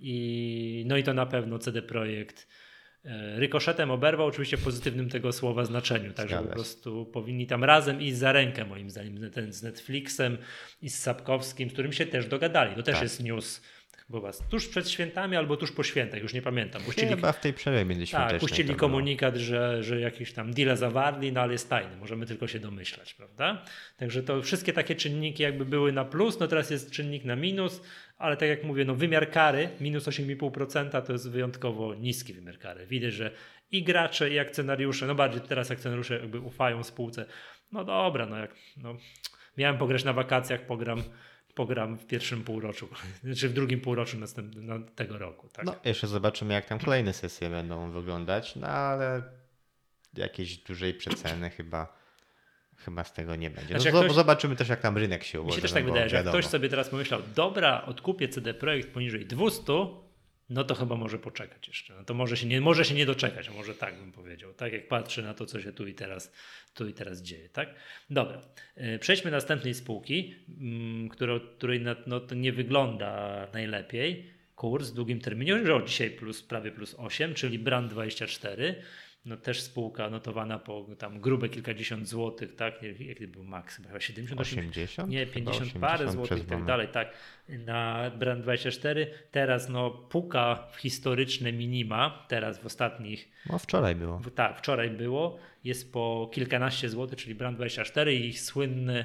i no i to na pewno C D Projekt e, rykoszetem oberwał, oczywiście w pozytywnym tego słowa znaczeniu, także po prostu powinni tam razem iść za rękę moim zdaniem, ten z Netflixem i z Sapkowskim, z którym się też dogadali. To też tak. jest news. Chyba tuż przed świętami albo tuż po świętach, już nie pamiętam. Puścili, Chyba w tej przerwie międzyświątecznej. Tak, puścili komunikat, że, że jakiś tam deal zawarli, no ale jest tajny, możemy tylko się domyślać, prawda? Także to wszystkie takie czynniki jakby były na plus, no teraz jest czynnik na minus, ale tak jak mówię, no wymiar kary, minus osiem i pół procent to jest wyjątkowo niski wymiar kary. Widać, że i gracze, i akcjonariusze, no bardziej teraz akcjonariusze jakby ufają spółce. No dobra, no jak no, miałem pograć na wakacjach, pogram pogram w pierwszym półroczu, czy w drugim półroczu następnego tego roku. Tak? No jeszcze zobaczymy jak tam kolejne sesje będą wyglądać, no ale jakiejś dużej przeceny chyba chyba z tego nie będzie. No znaczy, ktoś, zobaczymy też jak tam rynek się ułoży. Mi się też tak wydaje, że jak ktoś sobie teraz pomyślał, dobra, odkupię C D Projekt poniżej dwieście, no to chyba może poczekać jeszcze. No to może się nie, może się nie doczekać, może tak bym powiedział. Tak jak patrzę na to, co się tu i teraz, tu i teraz dzieje. Tak? Dobra, przejdźmy do następnej spółki, której, której no, to nie wygląda najlepiej. Kurs w długim terminie, że dzisiaj plus, prawie plus osiem, czyli Brand dwadzieścia cztery. No też spółka notowana po tam grube kilkadziesiąt złotych, tak? Jaki był maks? Chyba siedemdziesiąt, osiemdziesiąt? Nie, pięćdziesiąt parę złotych i tak dalej, tak. Na Brand dwadzieścia cztery. Teraz no puka w historyczne minima, teraz w ostatnich... No wczoraj było. W, tak, wczoraj było. Jest po kilkanaście złotych, czyli Brand dwadzieścia cztery i ich słynny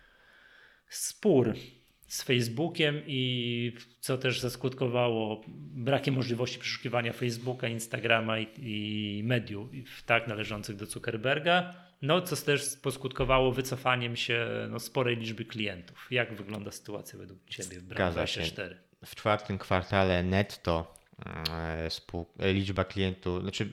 spór z Facebookiem i co też zaskutkowało brakiem możliwości przeszukiwania Facebooka, Instagrama i, i mediów tak należących do Zuckerberga, no co też poskutkowało wycofaniem się no, sporej liczby klientów. Jak wygląda sytuacja według Ciebie w Brand dwadzieścia cztery? W czwartym kwartale netto e, spół- liczba klientów, znaczy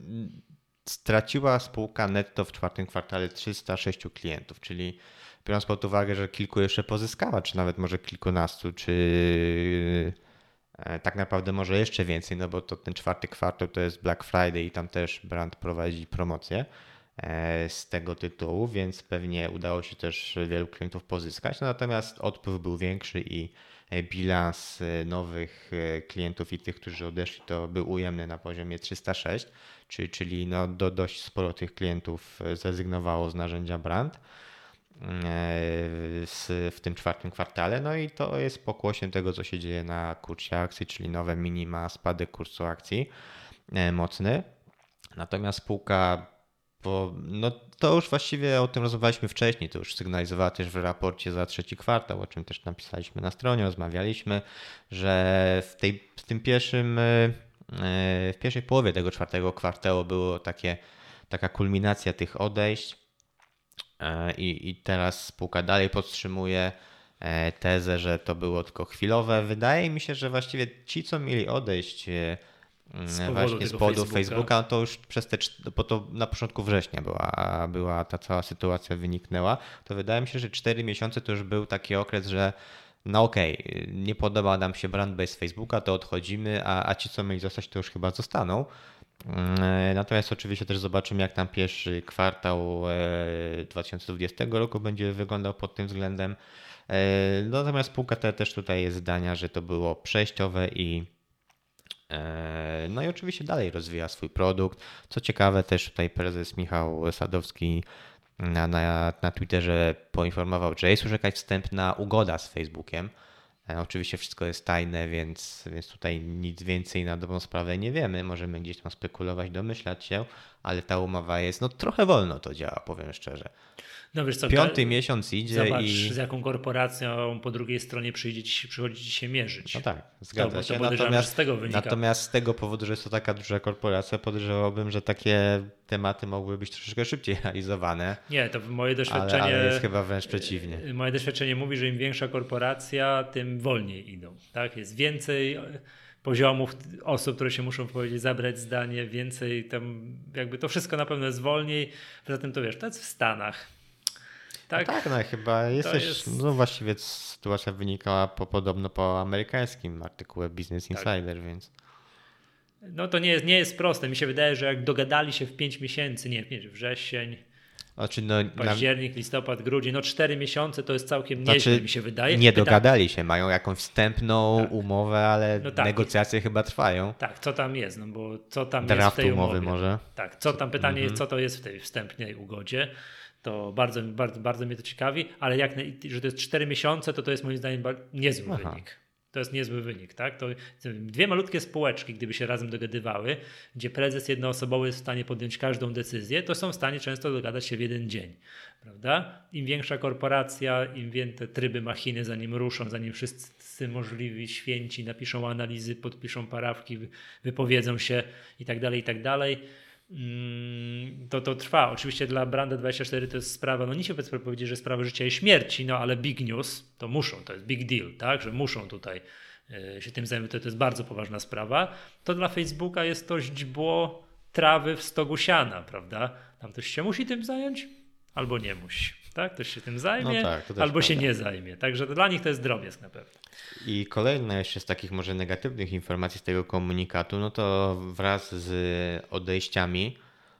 straciła spółka netto w czwartym kwartale trzysta sześć klientów, czyli biorąc pod uwagę, że kilku jeszcze pozyskała, czy nawet może kilkunastu, czy tak naprawdę może jeszcze więcej, no bo to ten czwarty kwartał to jest Black Friday i tam też brand prowadzi promocję z tego tytułu, więc pewnie udało się też wielu klientów pozyskać, no natomiast odpływ był większy i bilans nowych klientów i tych, którzy odeszli, to był ujemny na poziomie trzysta sześć, czyli, czyli no do, dość sporo tych klientów zrezygnowało z narzędzia brand w tym czwartym kwartale, no i to jest pokłosiem tego, co się dzieje na kursie akcji, czyli nowe minima, spadek kursu akcji mocny. Natomiast spółka, bo no to już właściwie o tym rozmawialiśmy wcześniej, to już sygnalizowała też w raporcie za trzeci kwartał, o czym też napisaliśmy na stronie, rozmawialiśmy, że w, tej, w tym pierwszym, w pierwszej połowie tego czwartego kwartału było takie, taka kulminacja tych odejść. I, I teraz spółka dalej podtrzymuje tezę, że to było tylko chwilowe. Wydaje mi się, że właściwie ci, co mieli odejść Z powodu właśnie z tego powodu Facebooka. Facebooka, no to już przez te, czt- bo to na początku września była, była ta cała sytuacja wyniknęła, to wydaje mi się, że cztery miesiące to już był taki okres, że no okej, okay, nie podoba nam się brand base Facebooka, to odchodzimy, a, a ci co mieli zostać to już chyba zostaną. Natomiast oczywiście też zobaczymy, jak tam pierwszy kwartał dwa tysiące dwudziestego roku będzie wyglądał pod tym względem. Natomiast spółka te też tutaj jest zdania, że to było przejściowe i no i oczywiście dalej rozwija swój produkt. Co ciekawe, też tutaj prezes Michał Sadowski na, na, na Twitterze poinformował, że jest już jakaś wstępna ugoda z Facebookiem. Oczywiście wszystko jest tajne, więc, więc tutaj nic więcej na dobrą sprawę nie wiemy. Możemy gdzieś tam spekulować, domyślać się, ale ta umowa jest, no trochę wolno to działa, powiem szczerze. No wiesz co, Piąty te, miesiąc idzie zobacz, i... z jaką korporacją po drugiej stronie przyjdzie ci, przychodzi ci się mierzyć. No tak, zgadza to, się. to Natomiast, z tego wynika. natomiast z tego powodu, że jest to taka duża korporacja, podejrzewałbym, że takie tematy mogły być troszeczkę szybciej realizowane. Nie, to moje doświadczenie... Ale, ale jest chyba wręcz przeciwnie. Moje doświadczenie mówi, że im większa korporacja, tym wolniej idą. Tak? Jest więcej poziomów osób, które się muszą powiedzieć, zabrać zdanie, więcej tam, jakby to wszystko na pewno jest wolniej. Poza tym to wiesz, to jest w Stanach. Tak, no tak, no chyba jesteś, jest... no właściwie sytuacja wynikała po, podobno po amerykańskim artykule Business Insider, tak. Więc... No to nie jest, nie jest proste. Mi się wydaje, że jak dogadali się w pięć miesięcy, nie, nie wrzesień, znaczy no, październik, na... listopad, grudzień, no cztery miesiące to jest całkiem znaczy, nieźle, mi się wydaje. Nie Pyta... dogadali się, mają jakąś wstępną tak. umowę, ale no tak. negocjacje chyba trwają. Tak, co tam jest, no bo co tam Draft jest w tej umowy umowie. może. Tak, co tam pytanie mm-hmm. jest, co to jest w tej wstępnej ugodzie. To bardzo, bardzo, bardzo mnie to ciekawi, ale jak, że to jest cztery miesiące, to to jest moim zdaniem niezły Aha. wynik. To jest niezły wynik, tak? To dwie malutkie spółeczki, gdyby się razem dogadywały, gdzie prezes jednoosobowy jest w stanie podjąć każdą decyzję, to są w stanie często dogadać się w jeden dzień, prawda? Im większa korporacja, im więcej tryby machiny, zanim ruszą, zanim wszyscy możliwi święci napiszą analizy, podpiszą parafki, wypowiedzą się i tak dalej, i tak dalej. To, to trwa. Oczywiście dla Branda dwadzieścia cztery to jest sprawa, no nie się powiedzieć, że sprawa życia i śmierci, no ale big news, to muszą, to jest big deal, tak, że muszą tutaj y, się tym zająć, to, to jest bardzo poważna sprawa. To dla Facebooka jest to źdźbło trawy w stogu siana, prawda? Tam ktoś się musi tym zająć, albo nie musi, tak? Ktoś się tym zajmie, no tak, albo się prawda. nie zajmie. Także dla nich to jest drobiazg na pewno. I kolejna jeszcze z takich może negatywnych informacji z tego komunikatu, no to wraz z odejściami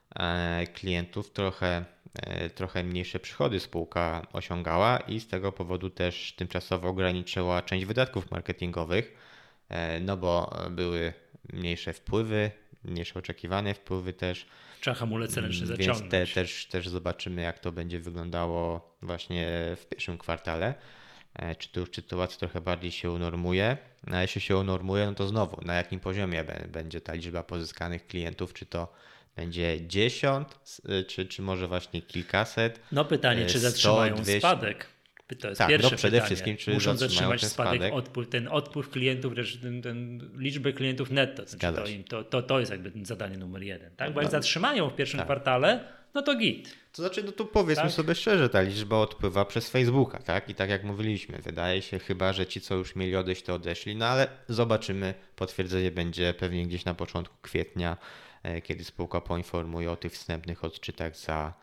e, klientów trochę, e, trochę mniejsze przychody spółka osiągała i z tego powodu też tymczasowo ograniczyła część wydatków marketingowych, e, no bo były mniejsze wpływy, mniejsze oczekiwane wpływy też. Trzeba hamulec ręczny zaciągnąć. Więc te, też, też zobaczymy, jak to będzie wyglądało właśnie w pierwszym kwartale. Czy tu już sytuacja trochę bardziej się unormuje? A jeśli się unormuje, no to znowu, na jakim poziomie będzie ta liczba pozyskanych klientów? Czy to będzie dziesiąt, czy, czy może właśnie kilkaset? No pytanie, czy zatrzymają sto, dwieście spadek? To jest tak, pierwsze no przede pytanie. wszystkim, czy muszą zatrzymać ten spadek, spadek? Odpływ, ten odpływ klientów, ten, ten liczbę klientów netto. Znaczy to, im, to, to, to jest jakby zadanie numer jeden. Tak? Bo jak zatrzymają w pierwszym tak. kwartale, no to git. To znaczy, no tu powiedzmy tak? sobie szczerze, ta liczba odpływa przez Facebooka, tak? I tak jak mówiliśmy, wydaje się chyba, że ci, co już mieli odejść, to odeszli, no ale zobaczymy, potwierdzenie będzie pewnie gdzieś na początku kwietnia, kiedy spółka poinformuje o tych wstępnych odczytach za,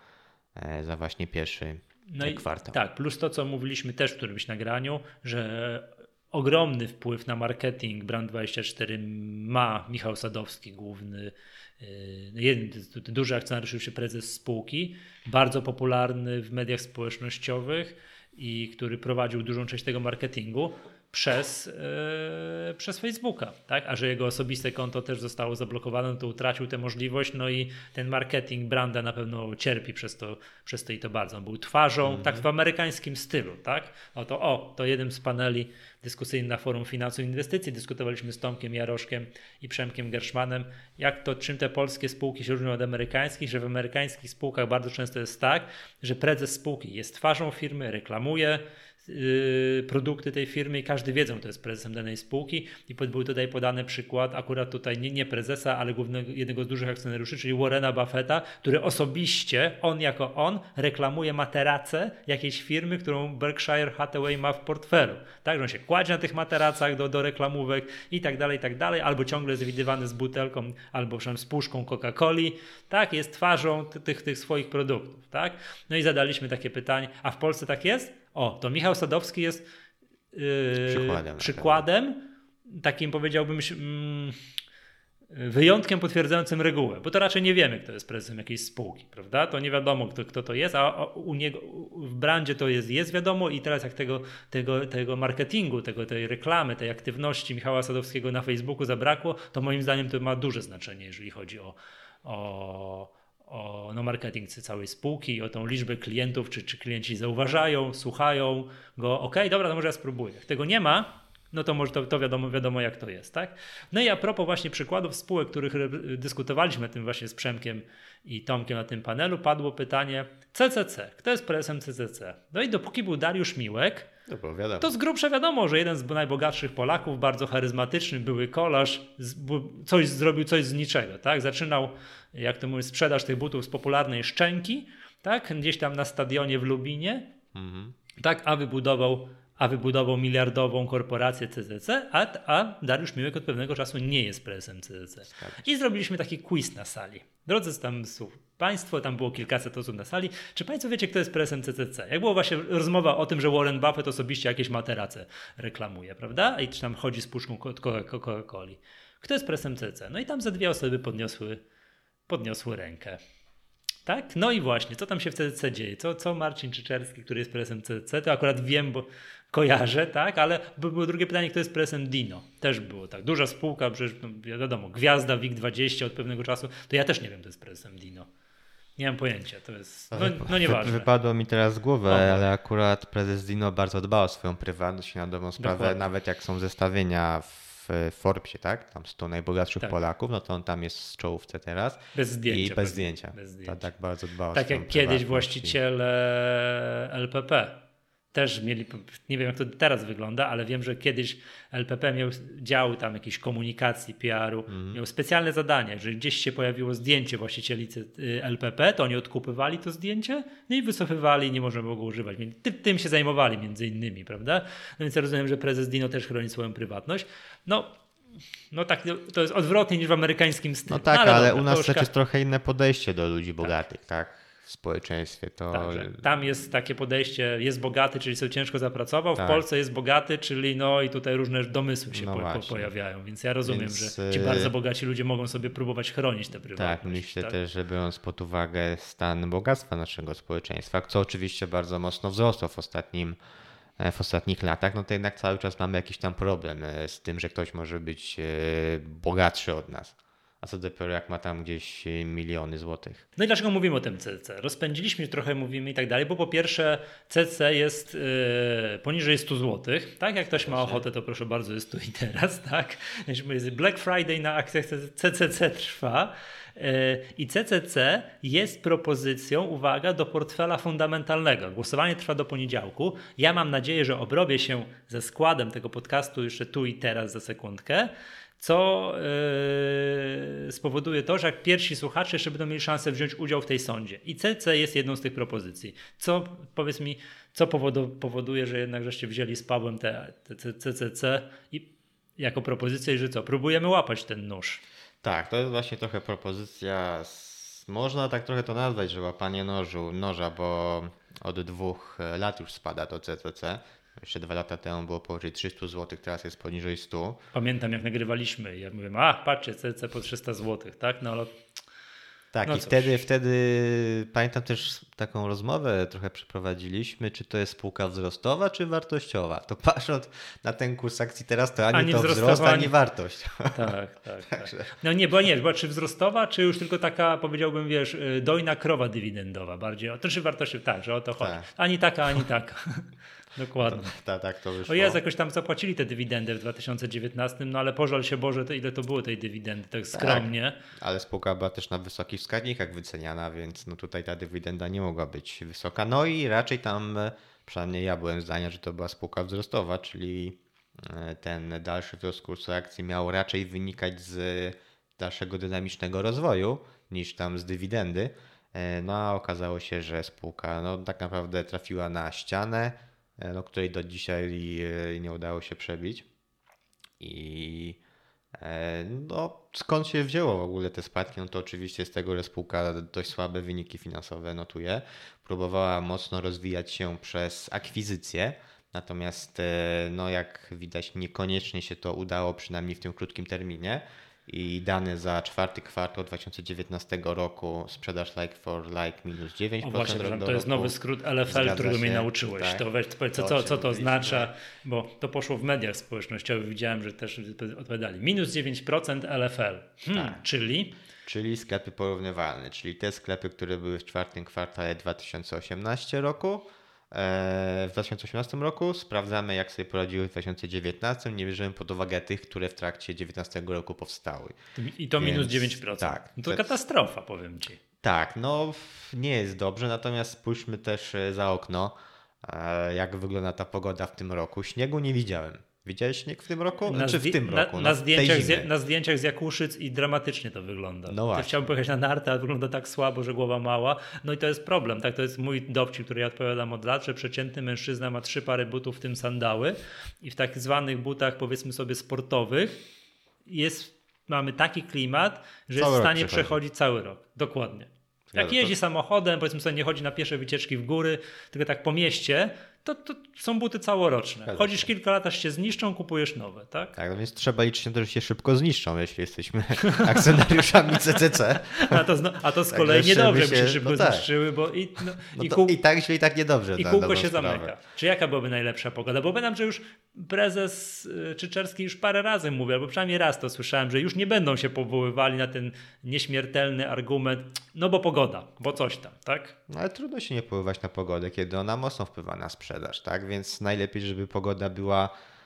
za właśnie pierwszy no i kwartał. Tak, plus to, co mówiliśmy też w którymś nagraniu, że ogromny wpływ na marketing Brand dwadzieścia cztery ma Michał Sadowski, główny, jeden, duży akcjonariusz, oczywiście prezes spółki, bardzo popularny w mediach społecznościowych i który prowadził dużą część tego marketingu przez, yy, przez Facebooka, tak? A że jego osobiste konto też zostało zablokowane, to utracił tę możliwość, no i ten marketing branda na pewno cierpi przez to, przez to i to bardzo. On był twarzą, mm-hmm. tak w amerykańskim stylu, tak? No to o, to jeden z paneli dyskusyjnych na Forum Finansów i Inwestycji dyskutowaliśmy z Tomkiem Jaroszkiem i Przemkiem Gerszmanem, jak to, czym te polskie spółki się różnią od amerykańskich, że w amerykańskich spółkach bardzo często jest tak, że prezes spółki jest twarzą firmy, reklamuje, yy, produkty tej firmy i każdy wiedzą, kto jest prezesem danej spółki i pod, był tutaj podany przykład akurat tutaj nie, nie prezesa, ale głównego, jednego z dużych akcjonariuszy, czyli Warrena Buffetta, który osobiście, on jako on, reklamuje materacę jakiejś firmy, którą Berkshire Hathaway ma w portfelu. Tak, że on się kładzie na tych materacach do, do reklamówek i tak dalej, i tak dalej, albo ciągle jest widywany z butelką, albo z puszką Coca-Coli, tak, jest twarzą tych, tych swoich produktów, tak. No i zadaliśmy takie pytanie, a w Polsce tak jest? O, to Michał Sadowski jest yy, przykładem, przykładem takim, powiedziałbym, yy, wyjątkiem potwierdzającym regułę, bo to raczej nie wiemy, kto jest prezesem jakiejś spółki, prawda? To nie wiadomo, kto, kto to jest, a u niego w brandzie to jest, jest wiadomo i teraz jak tego, tego, tego marketingu, tego, tej reklamy, tej aktywności Michała Sadowskiego na Facebooku zabrakło, to moim zdaniem to ma duże znaczenie, jeżeli chodzi o, o, o no marketing całej spółki i o tą liczbę klientów, czy, czy klienci zauważają, słuchają go, okej, okay, dobra, to może ja spróbuję. Jak tego nie ma, no to może to, to wiadomo, wiadomo jak to jest, tak? No i a propos właśnie przykładów spółek, których dyskutowaliśmy tym właśnie z Przemkiem i Tomkiem na tym panelu, padło pytanie C C C. Kto jest prezesem C C C? No i dopóki był Dariusz Miłek, no to z grubsza wiadomo, że jeden z najbogatszych Polaków, bardzo charyzmatyczny, były kolarz, coś zrobił coś z niczego, tak? Zaczynał, jak to mówię, sprzedaż tych butów z popularnej Szczęki, tak? Gdzieś tam na stadionie w Lubinie, mhm. tak? A wybudował a wybudował miliardową korporację C C C, a, a Dariusz Miłek od pewnego czasu nie jest prezesem C C C. I zrobiliśmy taki quiz na sali. Drodzy tam Państwo, tam było kilkaset osób na sali. Czy Państwo wiecie, kto jest prezesem C C C? Jak była właśnie rozmowa o tym, że Warren Buffett osobiście jakieś materace reklamuje, prawda? I czy tam chodzi z puszką Coca-Coli. Kto jest prezesem C C C? No i tam ze dwie osoby podniosły, podniosły rękę. Tak? No i właśnie, co tam się w C C C dzieje? Co, co Marcin Czyczerski, który jest prezesem C C C, to akurat wiem, bo kojarzę, tak? Ale było drugie pytanie, kto jest prezesem Dino? Też było tak. Duża spółka, przecież no, wiadomo, gwiazda W I G dwadzieścia od pewnego czasu, to ja też nie wiem, kto jest prezesem Dino. Nie mam pojęcia, to jest, no, no nieważne. Wypadło mi teraz z głowy, o, ale akurat prezes Dino bardzo dba o swoją prywatność i na dobrą sprawę, dokładnie. Nawet jak są zestawienia w w Forbesie, tak? Tam sto najbogatszych tak. Polaków, no to on tam jest w czołówce teraz. Bez zdjęcia. I bez zdjęcia. Bez zdjęcia. Tak, tak bardzo dba o tak jak kiedyś właściciele L P P też mieli, nie wiem jak to teraz wygląda, ale wiem, że kiedyś L P P miał dział tam jakiejś komunikacji, P R-u, mm. miał specjalne zadanie, że gdzieś się pojawiło zdjęcie właścicieli L P P, to oni odkupywali to zdjęcie no i wycofywali i nie można było go używać. Tym, tym się zajmowali między innymi, prawda? No więc ja rozumiem, że prezes Dino też chroni swoją prywatność. No, no tak, to jest odwrotnie niż w amerykańskim stylu. No tak, ale, ale dobra, u nas już też jest trochę inne podejście do ludzi bogatych, tak? tak? W społeczeństwie to... Także tam jest takie podejście, jest bogaty, czyli sobie ciężko zapracował, tak. W Polsce jest bogaty, czyli no i tutaj różne domysły się no po, po pojawiają, więc ja rozumiem, więc, że ci bardzo bogaci ludzie mogą sobie próbować chronić tę prywatność. Tak, myślę tak? też, że biorąc pod uwagę stan bogactwa naszego społeczeństwa, co oczywiście bardzo mocno wzrosło w ostatnim w ostatnich latach, no to jednak cały czas mamy jakiś tam problem z tym, że ktoś może być bogatszy od nas. A co dopiero jak ma tam gdzieś miliony złotych. No i dlaczego mówimy o tym C C C? Rozpędziliśmy, trochę mówimy i tak dalej, bo po pierwsze C C C jest yy, poniżej stu złotych, tak? Jak ktoś ma ochotę, to proszę bardzo, jest tu i teraz, tak? Black Friday na akcjach C C C trwa yy, i C C C jest propozycją, uwaga, do portfela fundamentalnego. Głosowanie trwa do poniedziałku. Ja mam nadzieję, że obrobię się ze składem tego podcastu jeszcze tu i teraz za sekundkę, co yy, spowoduje to, że jak pierwsi słuchacze jeszcze będą mieli szansę wziąć udział w tej sądzie. I C C C jest jedną z tych propozycji. Co, powiedz mi, co powodu, powoduje, że jednak żeście wzięli z Pawłem te, te C C C i jako propozycję, że co, próbujemy łapać ten nóż. Tak, to jest właśnie trochę propozycja, z, można tak trochę to nazwać, że łapanie nożu, noża, bo od dwóch lat już spada to C C C. Jeszcze dwa lata temu było powyżej trzysta złotych, teraz jest poniżej stu. Pamiętam jak nagrywaliśmy, ja mówię, a patrzcie, C C C po trzysta złotych, tak? No ale... Tak, no i wtedy, wtedy pamiętam też taką rozmowę trochę przeprowadziliśmy, czy to jest spółka wzrostowa, czy wartościowa. To patrząc na ten kurs akcji teraz, to ani, ani to wzrost, ani wartość. Tak, tak, tak. No nie, bo nie, bo czy wzrostowa, czy już tylko taka, powiedziałbym, wiesz, dojna krowa dywidendowa bardziej. To czy wartości, tak, że o to chodzi. Tak. Ani taka, ani taka. Dokładnie. To, tak to wyszło. O jest, jakoś tam zapłacili te dywidendy w dwa tysiące dziewiętnastym, no ale pożal się Boże, to ile to było tej dywidendy, tak skromnie. Tak, ale spółka była też na wysokich wskaźnikach wyceniana, więc no tutaj ta dywidenda nie mogła być wysoka. No i raczej tam, przynajmniej ja byłem zdania, że to była spółka wzrostowa, czyli ten dalszy wzrost kursu akcji miał raczej wynikać z dalszego dynamicznego rozwoju niż tam z dywidendy. No a okazało się, że spółka no, tak naprawdę trafiła na ścianę, no, której do dzisiaj nie udało się przebić. I no, skąd się wzięło w ogóle te spadki? No to oczywiście z tego, że spółka dość słabe wyniki finansowe notuje. Próbowała mocno rozwijać się przez akwizycje, natomiast no, jak widać niekoniecznie się to udało, przynajmniej w tym krótkim terminie. I dane za czwarty kwartał dwa tysiące dziewiętnastego roku, sprzedaż like for like minus dziewięć procent. O właśnie, do to jest roku. nowy skrót L F L, którego mnie nauczyłeś. Tak. To weź, powiedz, co, co, co to oznacza, bo to poszło w mediach społecznościowych, widziałem, że też odpowiadali. Minus dziewięć procent L F L, hmm, tak. czyli? Czyli sklepy porównywalne, czyli te sklepy, które były w czwartym kwartale dwa tysiące osiemnastego roku. W dwa tysiące osiemnastym roku sprawdzamy, jak sobie poradziły w dwa tysiące dziewiętnastym. Nie bierzemy pod uwagę tych, które w trakcie dwa tysiące dziewiętnastego roku powstały. I to Więc, minus dziewięć procent. Tak. No to katastrofa, powiem ci. Tak, no nie jest dobrze, natomiast spójrzmy też za okno, jak wygląda ta pogoda w tym roku. Śniegu nie widziałem. Widziałeś śnieg w tym roku? Na, Czy w tym na, roku? Na, no, zdjęciach z, na zdjęciach z Jakuszyc i dramatycznie to wygląda. No właśnie. Chciałbym pojechać na nartę, ale wygląda tak słabo, że głowa mała. No i to jest problem. Tak? To jest mój dowcip, który ja odpowiadam od lat, że przeciętny mężczyzna ma trzy pary butów, w tym sandały. I w tak zwanych butach, powiedzmy sobie, sportowych jest, mamy taki klimat, że cały jest w stanie przechodzi. przechodzić cały rok. Dokładnie. Jak to... jeździ samochodem, powiedzmy sobie, nie chodzi na piesze wycieczki w góry, tylko tak po mieście, to, to są buty całoroczne. Zgadza Chodzisz się. kilka lat, aż się zniszczą, kupujesz nowe, tak? Tak, no więc trzeba liczyć na to, że się szybko zniszczą, jeśli jesteśmy akcjonariuszami C C C. A to, zno, a to z Tak, kolei że niedobrze, się- by się szybko no tak. zniszczyły, bo i, no, No i, to kół, i tak źle, i tak niedobrze. i na kółko dobrą się sprawę. zamyka. Czy jaka byłaby najlepsza pogoda? Bo pamiętam, że już prezes y, Czyczerski już parę razy mówił, albo przynajmniej raz to słyszałem, że już nie będą się powoływali na ten nieśmiertelny argument, no bo pogoda, bo coś tam, tak? No ale trudno się nie poływać na pogodę, kiedy ona mocno wpływa na sprzedaż, tak? Więc najlepiej, żeby pogoda była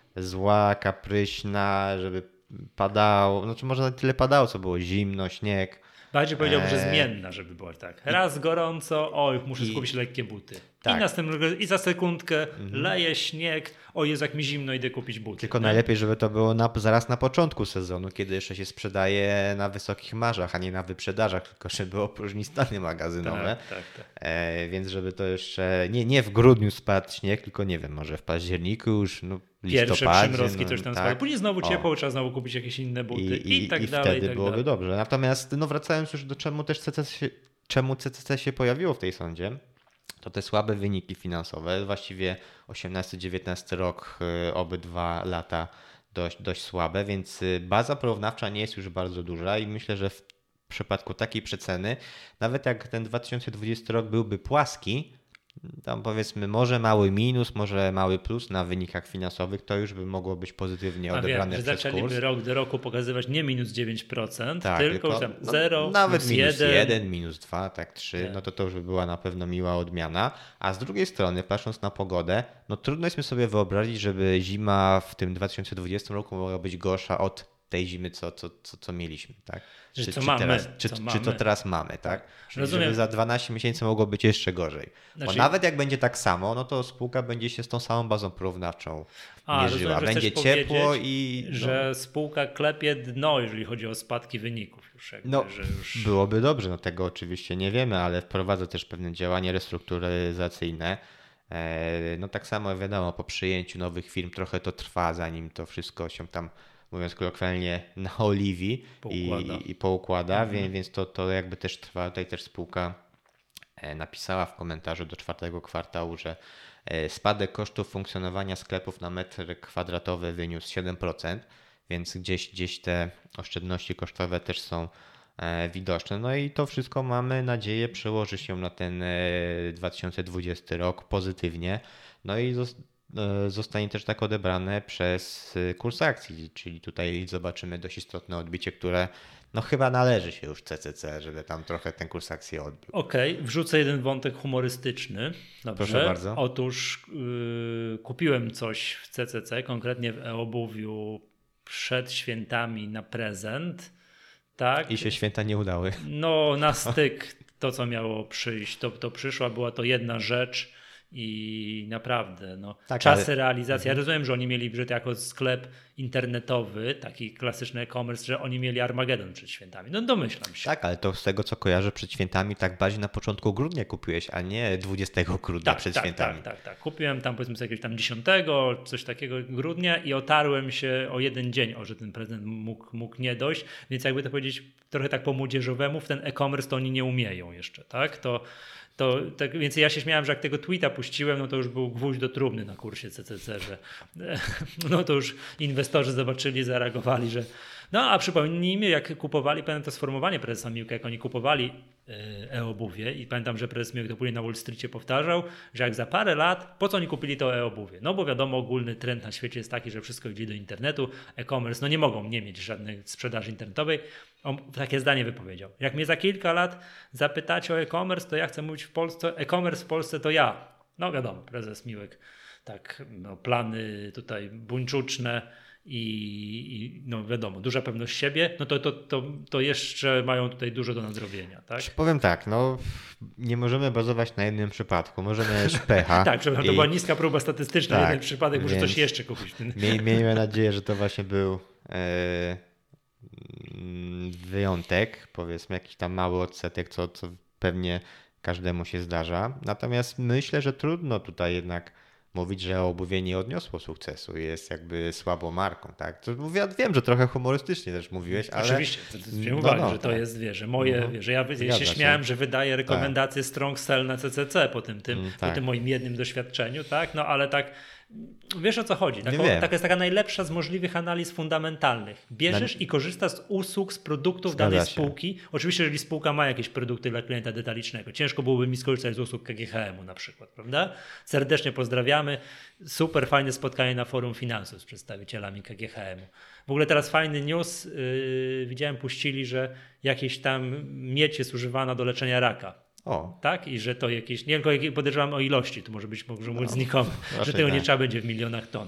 zła, kapryśna, żeby padało, znaczy może nawet tyle padało, co było zimno, śnieg. Bardziej powiedziałbym, że Eee. zmienna, żeby było tak. Raz gorąco, oj, muszę I- skupić lekkie buty. Tak. I następnego, i za sekundkę leje śnieg, o Jezu, jak mi zimno, idę kupić buty. Tylko nie? najlepiej, żeby to było na, zaraz na początku sezonu, kiedy jeszcze się sprzedaje na wysokich marzach, a nie na wyprzedażach, tylko żeby opróżnić stany magazynowe. Tak, tak, tak. E, więc żeby to jeszcze nie, nie w grudniu spadł śnieg, tylko nie wiem, może w październiku już, no Pierwsze listopadzie. przymrozki, no, coś tam tak. spadło. Później znowu O. ciepło, trzeba znowu kupić jakieś inne buty i, I, i, tak i dalej. wtedy i tak byłoby dalej. dobrze. Natomiast no wracając już do czemu też C C C się, czemu C C C się pojawiło w tej sądzie, to te słabe wyniki finansowe, właściwie osiemnasty dziewiętnasty rok, y, obydwa lata dość, dość słabe, więc y, baza porównawcza nie jest już bardzo duża i myślę, że w przypadku takiej przeceny, nawet jak ten dwa tysiące dwudziesty rok byłby płaski, tam powiedzmy może mały minus, może mały plus na wynikach finansowych, to już by mogło być pozytywnie A odebrane wiem, że przez zaczęliby kurs. rok do roku pokazywać nie minus dziewięć procent, Tak, tylko, już tam no, zero, nawet plus minus jeden. jeden, minus dwa, tak trzy, Tak. no to to już by była na pewno miła odmiana. A z drugiej strony, patrząc na pogodę, no trudno jest mi sobie wyobrazić, żeby zima w tym dwa tysiące dwudziestym roku mogła być gorsza od tej zimy, co, co, co, co mieliśmy, tak? Że Czy, co czy, mamy, teraz, czy, co czy mamy. to teraz mamy, tak? Czyli Rozumiem. żeby za dwanaście miesięcy mogło być jeszcze gorzej. Znaczy- Bo nawet jak będzie tak samo, no to spółka będzie się z tą samą bazą porównawczą A, mierzyła. rozumiem, że Będzie chcesz ciepło powiedzieć, i... No, że spółka klepie dno, jeżeli chodzi o spadki wyników. Już jakby, No, że już... byłoby dobrze, no tego oczywiście nie wiemy, ale wprowadza też pewne działania restrukturyzacyjne. E, No tak samo wiadomo, po przyjęciu nowych firm trochę to trwa, zanim to wszystko się tam, mówiąc kolokwialnie, naoliwi Poukłada. i, i poukłada, Mhm. więc, więc to, to jakby też trwa. Tutaj też spółka e, napisała w komentarzu do czwartego kwartału, że e, spadek kosztów funkcjonowania sklepów na metr kwadratowy wyniósł siedem procent, więc gdzieś, gdzieś te oszczędności kosztowe też są e, widoczne. No i to wszystko, mamy nadzieję, przełoży się na ten e, dwa tysiące dwudziesty rok pozytywnie. No i zos- e, zostanie też tak odebrane przez e, kurs akcji, czyli tutaj zobaczymy dość istotne odbicie, które no chyba należy się już C C C, żeby tam trochę ten kurs akcji odbił. Okej, okay, wrzucę jeden wątek humorystyczny. Dobrze. Proszę bardzo. Otóż yy, kupiłem coś w C C C, konkretnie w e-obuwiu przed świętami na prezent. Tak? I się święta nie udały. No na styk to, co miało przyjść, to, to przyszła, była to jedna rzecz. I naprawdę, no, tak, czasy ale... realizacji. Ja rozumiem, że oni mieli, że to jako sklep internetowy, taki klasyczny e-commerce, że oni mieli Armagedon przed świętami. No domyślam się. Tak, ale to z tego, co kojarzę, przed świętami tak bardziej na początku grudnia kupiłeś, a nie dwudziestego grudnia tak, przed tak, świętami. Tak, tak, tak. Kupiłem tam powiedzmy jakiegoś tam dziesiątego, coś takiego grudnia i otarłem się o jeden dzień, o że ten prezent mógł, mógł nie dojść, więc jakby to powiedzieć trochę tak po młodzieżowemu, w ten e-commerce to oni nie umieją jeszcze, tak? To To, tak, więc ja się śmiałem, że jak tego tweeta puściłem, no to już był gwóźdź do trumny na kursie C C C, że no to już inwestorzy zobaczyli, zareagowali, że no a przypomnijmy, jak kupowali, pamiętam to sformułowanie prezesa Miłka, jak oni kupowali e-obuwie i pamiętam, że prezes Miłek to później na Wall Streetie powtarzał, że jak za parę lat, po co oni kupili to e-obuwie? No bo wiadomo, ogólny trend na świecie jest taki, że wszystko idzie do internetu, e-commerce, no nie mogą nie mieć żadnej sprzedaży internetowej. On takie zdanie wypowiedział. Jak mnie za kilka lat zapytacie o e-commerce, to ja chcę mówić w Polsce, e-commerce w Polsce to ja. No wiadomo, prezes Miłek, tak, no, plany tutaj buńczuczne i, i no wiadomo, duża pewność siebie, no to, to, to, to jeszcze mają tutaj dużo do nadrobienia. Tak? Powiem tak, no nie możemy bazować na jednym przypadku, możemy mieć pecha. Tak, przepraszam, i... to była niska próba statystyczna, tak, jeden przypadek, muszę coś jeszcze kupić. Miej, miejmy nadzieję, że to właśnie był e... wyjątek, powiedzmy jakiś tam mały odsetek, co, co pewnie każdemu się zdarza. Natomiast myślę, że trudno tutaj jednak mówić, że obuwie nie odniosło sukcesu, jest jakby słabą marką, tak? To ja wiem, że trochę humorystycznie też mówiłeś, ale... Oczywiście, zwróciłem uwagę, no, no, że to tak. jest, wie, że moje, no, wie, że ja, ja się śmiałem, się. że wydaję rekomendacje tak. strong sell na C C C po tym, tym, mm, tak. po tym moim jednym doświadczeniu, tak? No ale tak wiesz o co chodzi. Taką, taka jest taka najlepsza z możliwych analiz fundamentalnych. Bierzesz Na... i korzystasz z usług, z produktów Zgadza danej się. spółki. Oczywiście, jeżeli spółka ma jakieś produkty dla klienta detalicznego. Ciężko byłoby mi skorzystać z usług K G H M u na przykład, prawda? Serdecznie pozdrawiamy. Super fajne spotkanie na Forum Finansów z przedstawicielami K G H M u. W ogóle teraz fajny news. Yy, widziałem, puścili, że jakieś tam miedź jest używana do leczenia raka. O. Tak? I że to jakieś, nie tylko podejrzewam o ilości, to może być może no, znikome, że tego tak. nie trzeba będzie w milionach ton.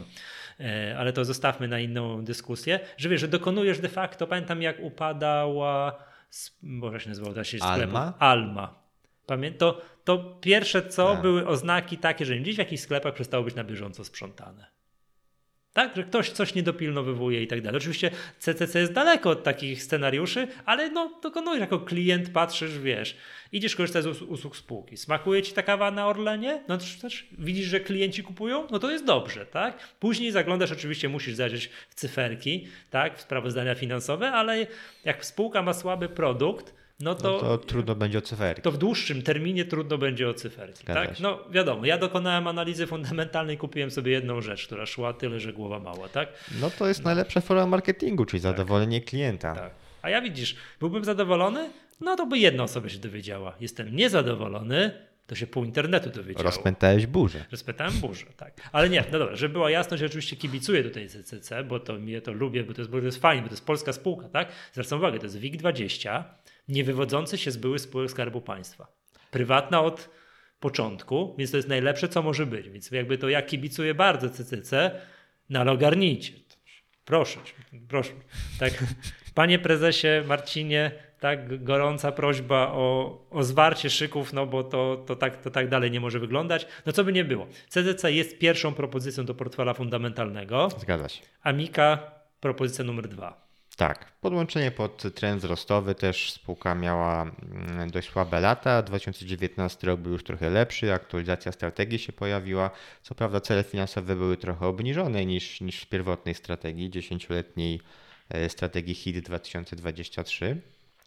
E, ale to zostawmy na inną dyskusję. Że wiesz, że dokonujesz de facto, pamiętam jak upadała, Boże się nazywało, ta się Alma? Alma. Pamię- to, to pierwsze co tak. były oznaki takie, że gdzieś w jakichś sklepach przestało być na bieżąco sprzątane. Tak, że ktoś coś nie dopilnowywuje i tak dalej. Oczywiście C C C jest daleko od takich scenariuszy, ale no dokonujesz jako klient, patrzysz, wiesz, idziesz korzystać z usług spółki. Smakuje ci ta kawa na Orlenie? No też widzisz, że klienci kupują? No to jest dobrze, tak? Później zaglądasz, oczywiście musisz zajrzeć w cyferki, tak, w sprawozdania finansowe, ale jak spółka ma słaby produkt, no to, no to trudno będzie o cyferki. To w dłuższym terminie trudno będzie o cyferki. Tak? No wiadomo, ja dokonałem analizy fundamentalnej, kupiłem sobie jedną rzecz, która szła tyle, że głowa mała, tak? No to jest no. najlepsza forma marketingu, czyli tak. zadowolenie klienta. Tak. A ja widzisz, byłbym zadowolony? No to by jedna osoba się dowiedziała. Jestem niezadowolony, to się pół internetu dowiedziało. Rozpętałeś burzę. Rozpętałem burzę, tak. Ale nie, no dobra, żeby była jasność, oczywiście kibicuję tutaj C C C, bo to mnie to lubię, bo to jest, bo to jest fajnie, bo to jest polska spółka, tak? Zwracam uwagę, to jest W I G dwadzieścia, nie wywodzący się z byłych spółek Skarbu Państwa. Prywatna od początku, więc to jest najlepsze, co może być. Więc jakby to ja kibicuję bardzo C C C, no ale ogarnijcie. Proszę, proszę. Tak. Panie prezesie Marcinie, tak gorąca prośba o, o zwarcie szyków, no bo to, to, tak, to tak dalej nie może wyglądać. No co by nie było. C C C jest pierwszą propozycją do portfela fundamentalnego. Zgadza się. Amica propozycja numer dwa. Tak, podłączenie pod trend wzrostowy, też spółka miała dość słabe lata, dwa tysiące dziewiętnasty rok był już trochę lepszy, aktualizacja strategii się pojawiła, co prawda cele finansowe były trochę obniżone niż, niż w pierwotnej strategii, dziesięcioletniej strategii H I D dwa tysiące dwadzieścia trzy.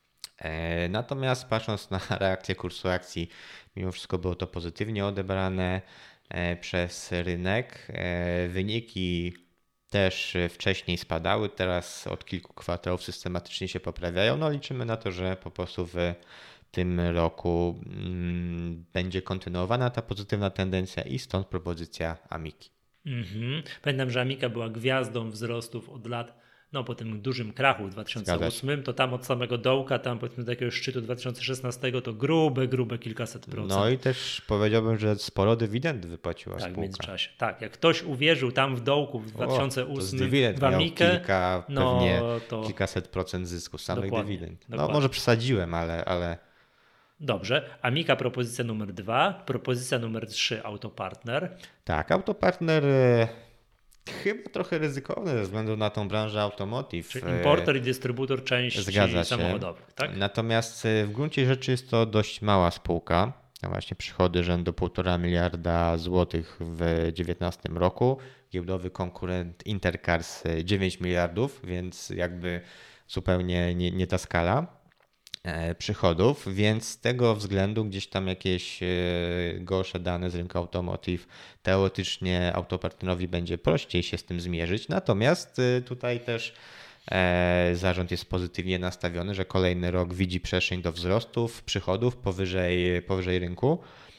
Natomiast patrząc na reakcję kursu akcji, mimo wszystko było to pozytywnie odebrane przez rynek, wyniki też wcześniej spadały, teraz od kilku kwartałów systematycznie się poprawiają. No liczymy na to, że po prostu w tym roku mm, będzie kontynuowana ta pozytywna tendencja i stąd propozycja Amiki. Mm-hmm. Pamiętam, że Amica była gwiazdą wzrostów od lat no po tym dużym krachu w dwa tysiące ósmym, to tam od samego dołka, tam powiedzmy do jakiegoś szczytu dwa tysiące szesnastego to grube, grube kilkaset procent. No i też powiedziałbym, że sporo dywidendy wypłaciła tak, spółka. w międzyczasie. Tak, jak ktoś uwierzył tam w dołku w dwa tysiące ósmym w Amikę, kilka, no pewnie to... kilkaset procent zysku z samych dokładnie, dywidend. No dokładnie. może przesadziłem, ale... ale... Dobrze. Amica propozycja numer dwa, propozycja numer trzy Autopartner. Tak, Autopartner e, chyba trochę ryzykowny ze względu na tą branżę automotive. Czyli importer i dystrybutor części Zgadza się. samochodowych, tak? Natomiast w gruncie rzeczy jest to dość mała spółka. Właśnie przychody rzędu półtora miliarda złotych w dziewiętnastym roku. Giełdowy konkurent Intercars dziewięć miliardów, więc jakby zupełnie nie, nie ta skala przychodów, więc z tego względu gdzieś tam jakieś gorsze dane z rynku automotive, teoretycznie Autopartnerowi będzie prościej się z tym zmierzyć, natomiast tutaj też zarząd jest pozytywnie nastawiony, że kolejny rok widzi przestrzeń do wzrostów przychodów powyżej, powyżej rynku.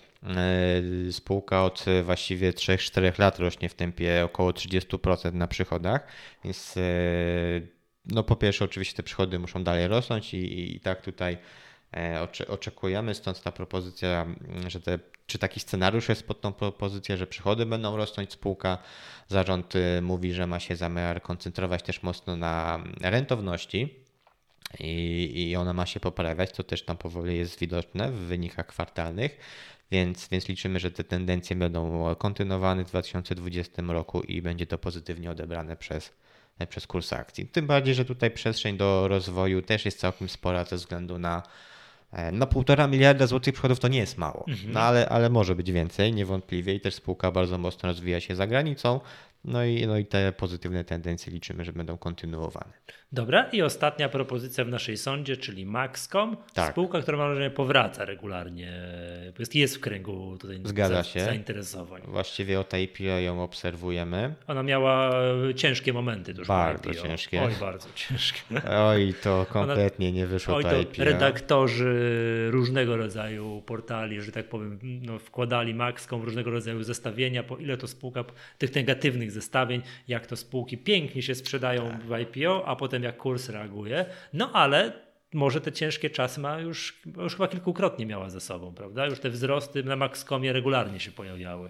Spółka od właściwie trzy cztery lat rośnie w tempie około trzydzieści procent na przychodach, więc no po pierwsze oczywiście te przychody muszą dalej rosnąć i, i, i tak tutaj oczekujemy, stąd ta propozycja, że te, czy taki scenariusz jest pod tą propozycję, że przychody będą rosnąć. Spółka, zarząd mówi, że ma się zamiar koncentrować też mocno na rentowności i, i ona ma się poprawiać, to też tam powoli jest widoczne w wynikach kwartalnych, więc, więc liczymy, że te tendencje będą kontynuowane w dwa tysiące dwudziestym roku i będzie to pozytywnie odebrane przez przez kurs akcji. Tym bardziej, że tutaj przestrzeń do rozwoju też jest całkiem spora ze względu na no półtora miliarda złotych przychodów to nie jest mało, mhm. no ale, ale może być więcej niewątpliwie i też spółka bardzo mocno rozwija się za granicą, no i, no i te pozytywne tendencje liczymy, że będą kontynuowane. Dobra, i ostatnia propozycja w naszej sądzie, czyli Maxcom, tak. Spółka, która mam wrażenie powraca regularnie, jest, jest w kręgu tutaj Zgadza za, się. zainteresowań. Właściwie od I P O ją obserwujemy. Ona miała ciężkie momenty tuż bardzo po I P O. ciężkie. Oj, bardzo ciężkie. Oj, to kompletnie Ona, nie wyszło oj, to I P O. Redaktorzy różnego rodzaju portali, że tak powiem, no, wkładali Maxcom w różnego rodzaju zestawienia, po ile to spółka tych negatywnych zestawień, jak to spółki pięknie się sprzedają tak. w I P O, a potem jak kurs reaguje. No ale może te ciężkie czasy ma już, już chyba kilkukrotnie miała ze sobą, prawda? Już te wzrosty na Maxcomie regularnie się pojawiały.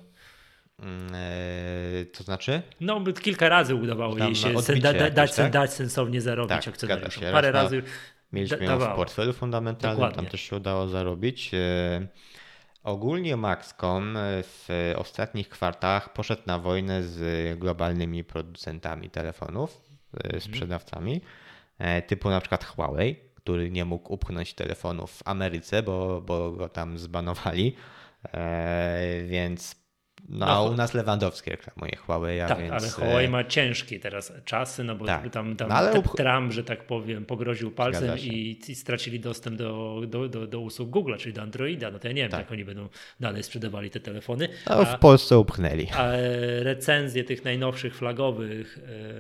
Eee, to znaczy? No kilka razy udawało jej się da, da, dać, tak? dać sensownie zarobić tak, akcjonariuszom. Parę Raz razy mieliśmy ją w portfelu fundamentalnym, Dokładnie. Tam też się udało zarobić. Eee, ogólnie Maxcom w ostatnich kwartałach poszedł na wojnę z globalnymi producentami telefonów, hmm. sprzedawcami, typu na przykład Huawei, który nie mógł upchnąć telefonów w Ameryce, bo, bo go tam zbanowali, eee, więc no, no u nas Lewandowski reklamuje Huawei. Tak, więc... ale Huawei ma ciężkie teraz czasy, no bo tak. tam, tam no, ale upch... Trump, że tak powiem, pogroził palcem i, i stracili dostęp do, do, do, do usług Google, czyli do Androida. No to ja nie wiem, tak. jak oni będą dalej sprzedawali te telefony. No a, w Polsce upchnęli. A recenzje tych najnowszych flagowych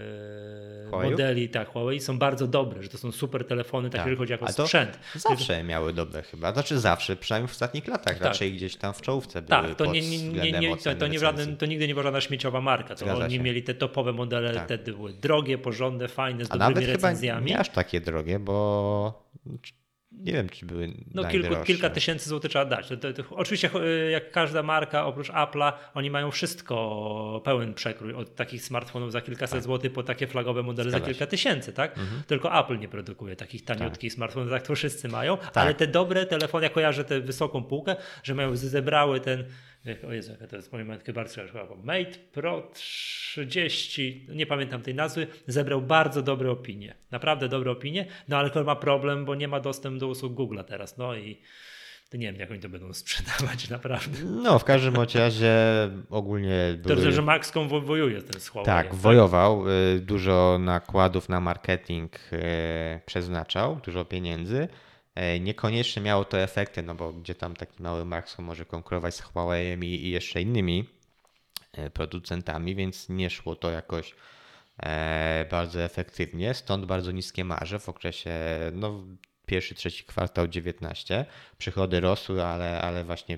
e, modeli tak, Huawei są bardzo dobre, że to są super telefony, tak, tak. jeżeli chodzi o sprzęt. Zawsze Tylko... miały dobre chyba, znaczy zawsze, przynajmniej w ostatnich latach, tak. raczej gdzieś tam w czołówce były tak, to pod nie, nie, nie, nie, to, to, nie żaden, to nigdy nie była żadna śmieciowa marka. To oni się. mieli te topowe modele, tak. te były drogie, porządne, fajne, z A dobrymi nawet recenzjami. Chyba nie aż takie drogie, bo nie wiem, czy były No kilku, kilka tysięcy złotych trzeba dać. To, to, to, oczywiście jak każda marka, oprócz Apple'a, oni mają wszystko, pełen przekrój, od takich smartfonów za kilkaset tak. złotych po takie flagowe modele Zgadza za kilka się. tysięcy, tak? Mhm. Tylko Apple nie produkuje takich taniutkich tak. smartfonów, tak to wszyscy mają, tak. ale te dobre telefony, ja kojarzę tę wysoką półkę, że mają, zebrały ten o Jezu, jaka to jest moja matkę bardzo Mate Pro trzydzieści, nie pamiętam tej nazwy, zebrał bardzo dobre opinie, naprawdę dobre opinie, no ale ma problem, bo nie ma dostępu do usług Google'a teraz, no i to nie wiem, jak oni to będą sprzedawać naprawdę. No, w każdym razie ogólnie były... To, że Maxcom wojuje ten z Huawei. Tak, wojował, dużo nakładów na marketing przeznaczał, dużo pieniędzy. Niekoniecznie miało to efekty, no bo gdzie tam taki mały Maxcom może konkurować z Huawei'em i, i jeszcze innymi producentami, więc nie szło to jakoś e, bardzo efektywnie, stąd bardzo niskie marże w okresie no, pierwszy, trzeci kwartał dziewiętnaście. Przychody rosły, ale, ale właśnie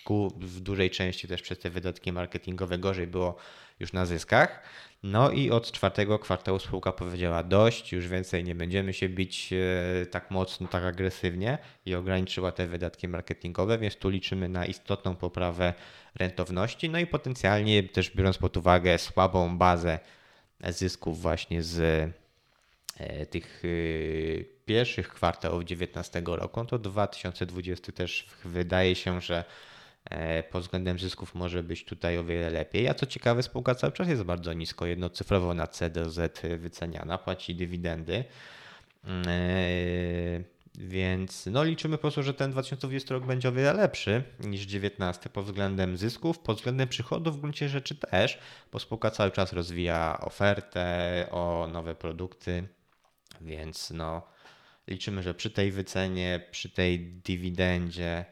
w dużej części też przez te wydatki marketingowe gorzej było już na zyskach. No i od czwartego kwartału spółka powiedziała dość, już więcej nie będziemy się bić tak mocno, tak agresywnie i ograniczyła te wydatki marketingowe, więc tu liczymy na istotną poprawę rentowności, no i potencjalnie też biorąc pod uwagę słabą bazę zysków właśnie z tych pierwszych kwartałów dziewiętnastego roku, to dwa tysiące dwudziesty też wydaje się, że pod względem zysków może być tutaj o wiele lepiej. A co ciekawe, spółka cały czas jest bardzo nisko, jednocyfrowo na C D Z wyceniana, płaci dywidendy. Więc no liczymy po prostu, że ten dwa tysiące dwudziesty rok będzie o wiele lepszy niż dziewiętnasty pod względem zysków, pod względem przychodów w gruncie rzeczy też, bo spółka cały czas rozwija ofertę o nowe produkty, więc no liczymy, że przy tej wycenie, przy tej dywidendzie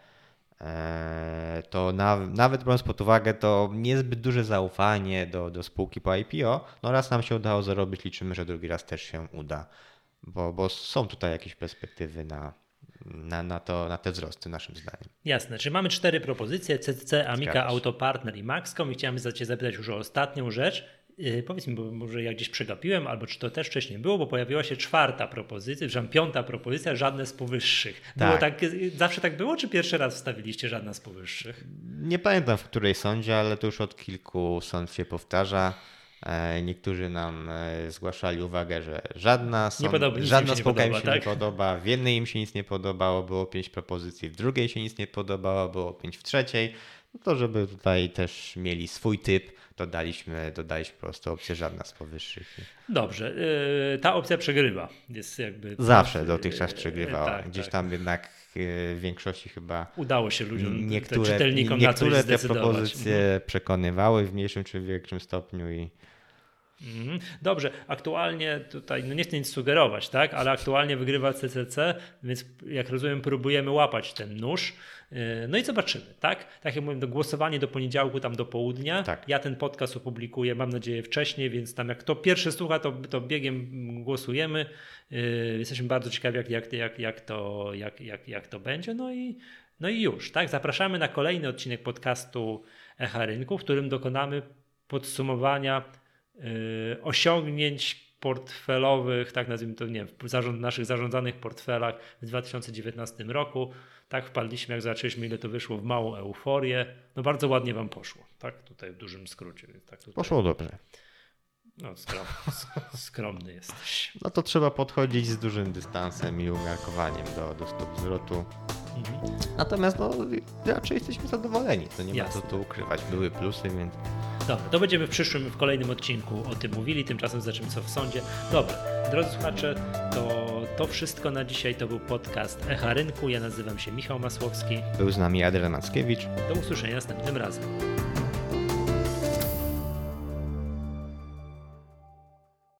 to na, nawet biorąc pod uwagę to niezbyt duże zaufanie do, do spółki po I P O, no raz nam się udało zarobić, liczymy, że drugi raz też się uda, bo, bo są tutaj jakieś perspektywy na, na, na, to, na te wzrosty naszym zdaniem. Jasne, czyli mamy cztery propozycje, C C C, Amica, Autopartner i Maxcom i chciałem Cię zapytać już o ostatnią rzecz. Yy, powiedz mi, bo może ja gdzieś przegapiłem, albo czy to też wcześniej było, bo pojawiła się czwarta propozycja, że piąta propozycja, żadne z powyższych. Było tak. tak, zawsze tak było, czy pierwszy raz wstawiliście żadna z powyższych? Nie pamiętam w której sądzie, ale to już od kilku sąd się powtarza. Niektórzy nam zgłaszali uwagę, że żadna, sąd, podoba, żadna spółka im się tak? nie podoba, w jednej im się nic nie podobało, było pięć propozycji, w drugiej się nic nie podobało, było pięć w trzeciej. No to żeby tutaj też mieli swój typ, dodaliśmy, dodaliśmy po prostu opcję żadna z powyższych. Dobrze, yy, ta opcja przegrywa. Jest jakby zawsze dotychczas przegrywała. Yy, tak, Gdzieś tak. tam jednak w większości chyba udało się ludziom, niektóre, czytelnikom niektóre na coś te zdecydować. propozycje mhm. przekonywały w mniejszym czy większym stopniu i Dobrze, aktualnie tutaj, no nie chcę nic sugerować, tak, ale aktualnie wygrywa C C C, więc jak rozumiem próbujemy łapać ten nóż, no i zobaczymy, tak, tak jak mówię, do głosowanie do poniedziałku, tam do południa, tak. Ja ten podcast opublikuję, mam nadzieję wcześniej, więc tam jak kto pierwszy słucha, to, to biegiem głosujemy, jesteśmy bardzo ciekawi jak, jak, jak, jak, to, jak, jak, jak to będzie, no i, no i już, tak, zapraszamy na kolejny odcinek podcastu Echa Rynku, w którym dokonamy podsumowania Yy, osiągnięć portfelowych, tak nazwijmy to, nie wiem, w zarząd, naszych zarządzanych portfelach w dwa tysiące dziewiętnastym roku. Tak wpadliśmy, jak zobaczyliśmy, ile to wyszło, w małą euforię. No bardzo ładnie wam poszło, tak? Tutaj w dużym skrócie. Tak tutaj. Poszło dobrze. No skrom, skromny jesteś. No to trzeba podchodzić z dużym dystansem i umiarkowaniem do, do stóp zwrotu. Mhm. Natomiast no, raczej jesteśmy zadowoleni, to nie Jasne. ma co tu ukrywać. Były plusy, więc... Dobra, to będziemy w przyszłym, w kolejnym odcinku o tym mówili, tymczasem zobaczymy co w sądzie. Dobra, drodzy słuchacze, to, to wszystko na dzisiaj, to był podcast Echa Rynku, ja nazywam się Michał Masłowski. Był z nami Adrian Mackiewicz. Do usłyszenia następnym razem.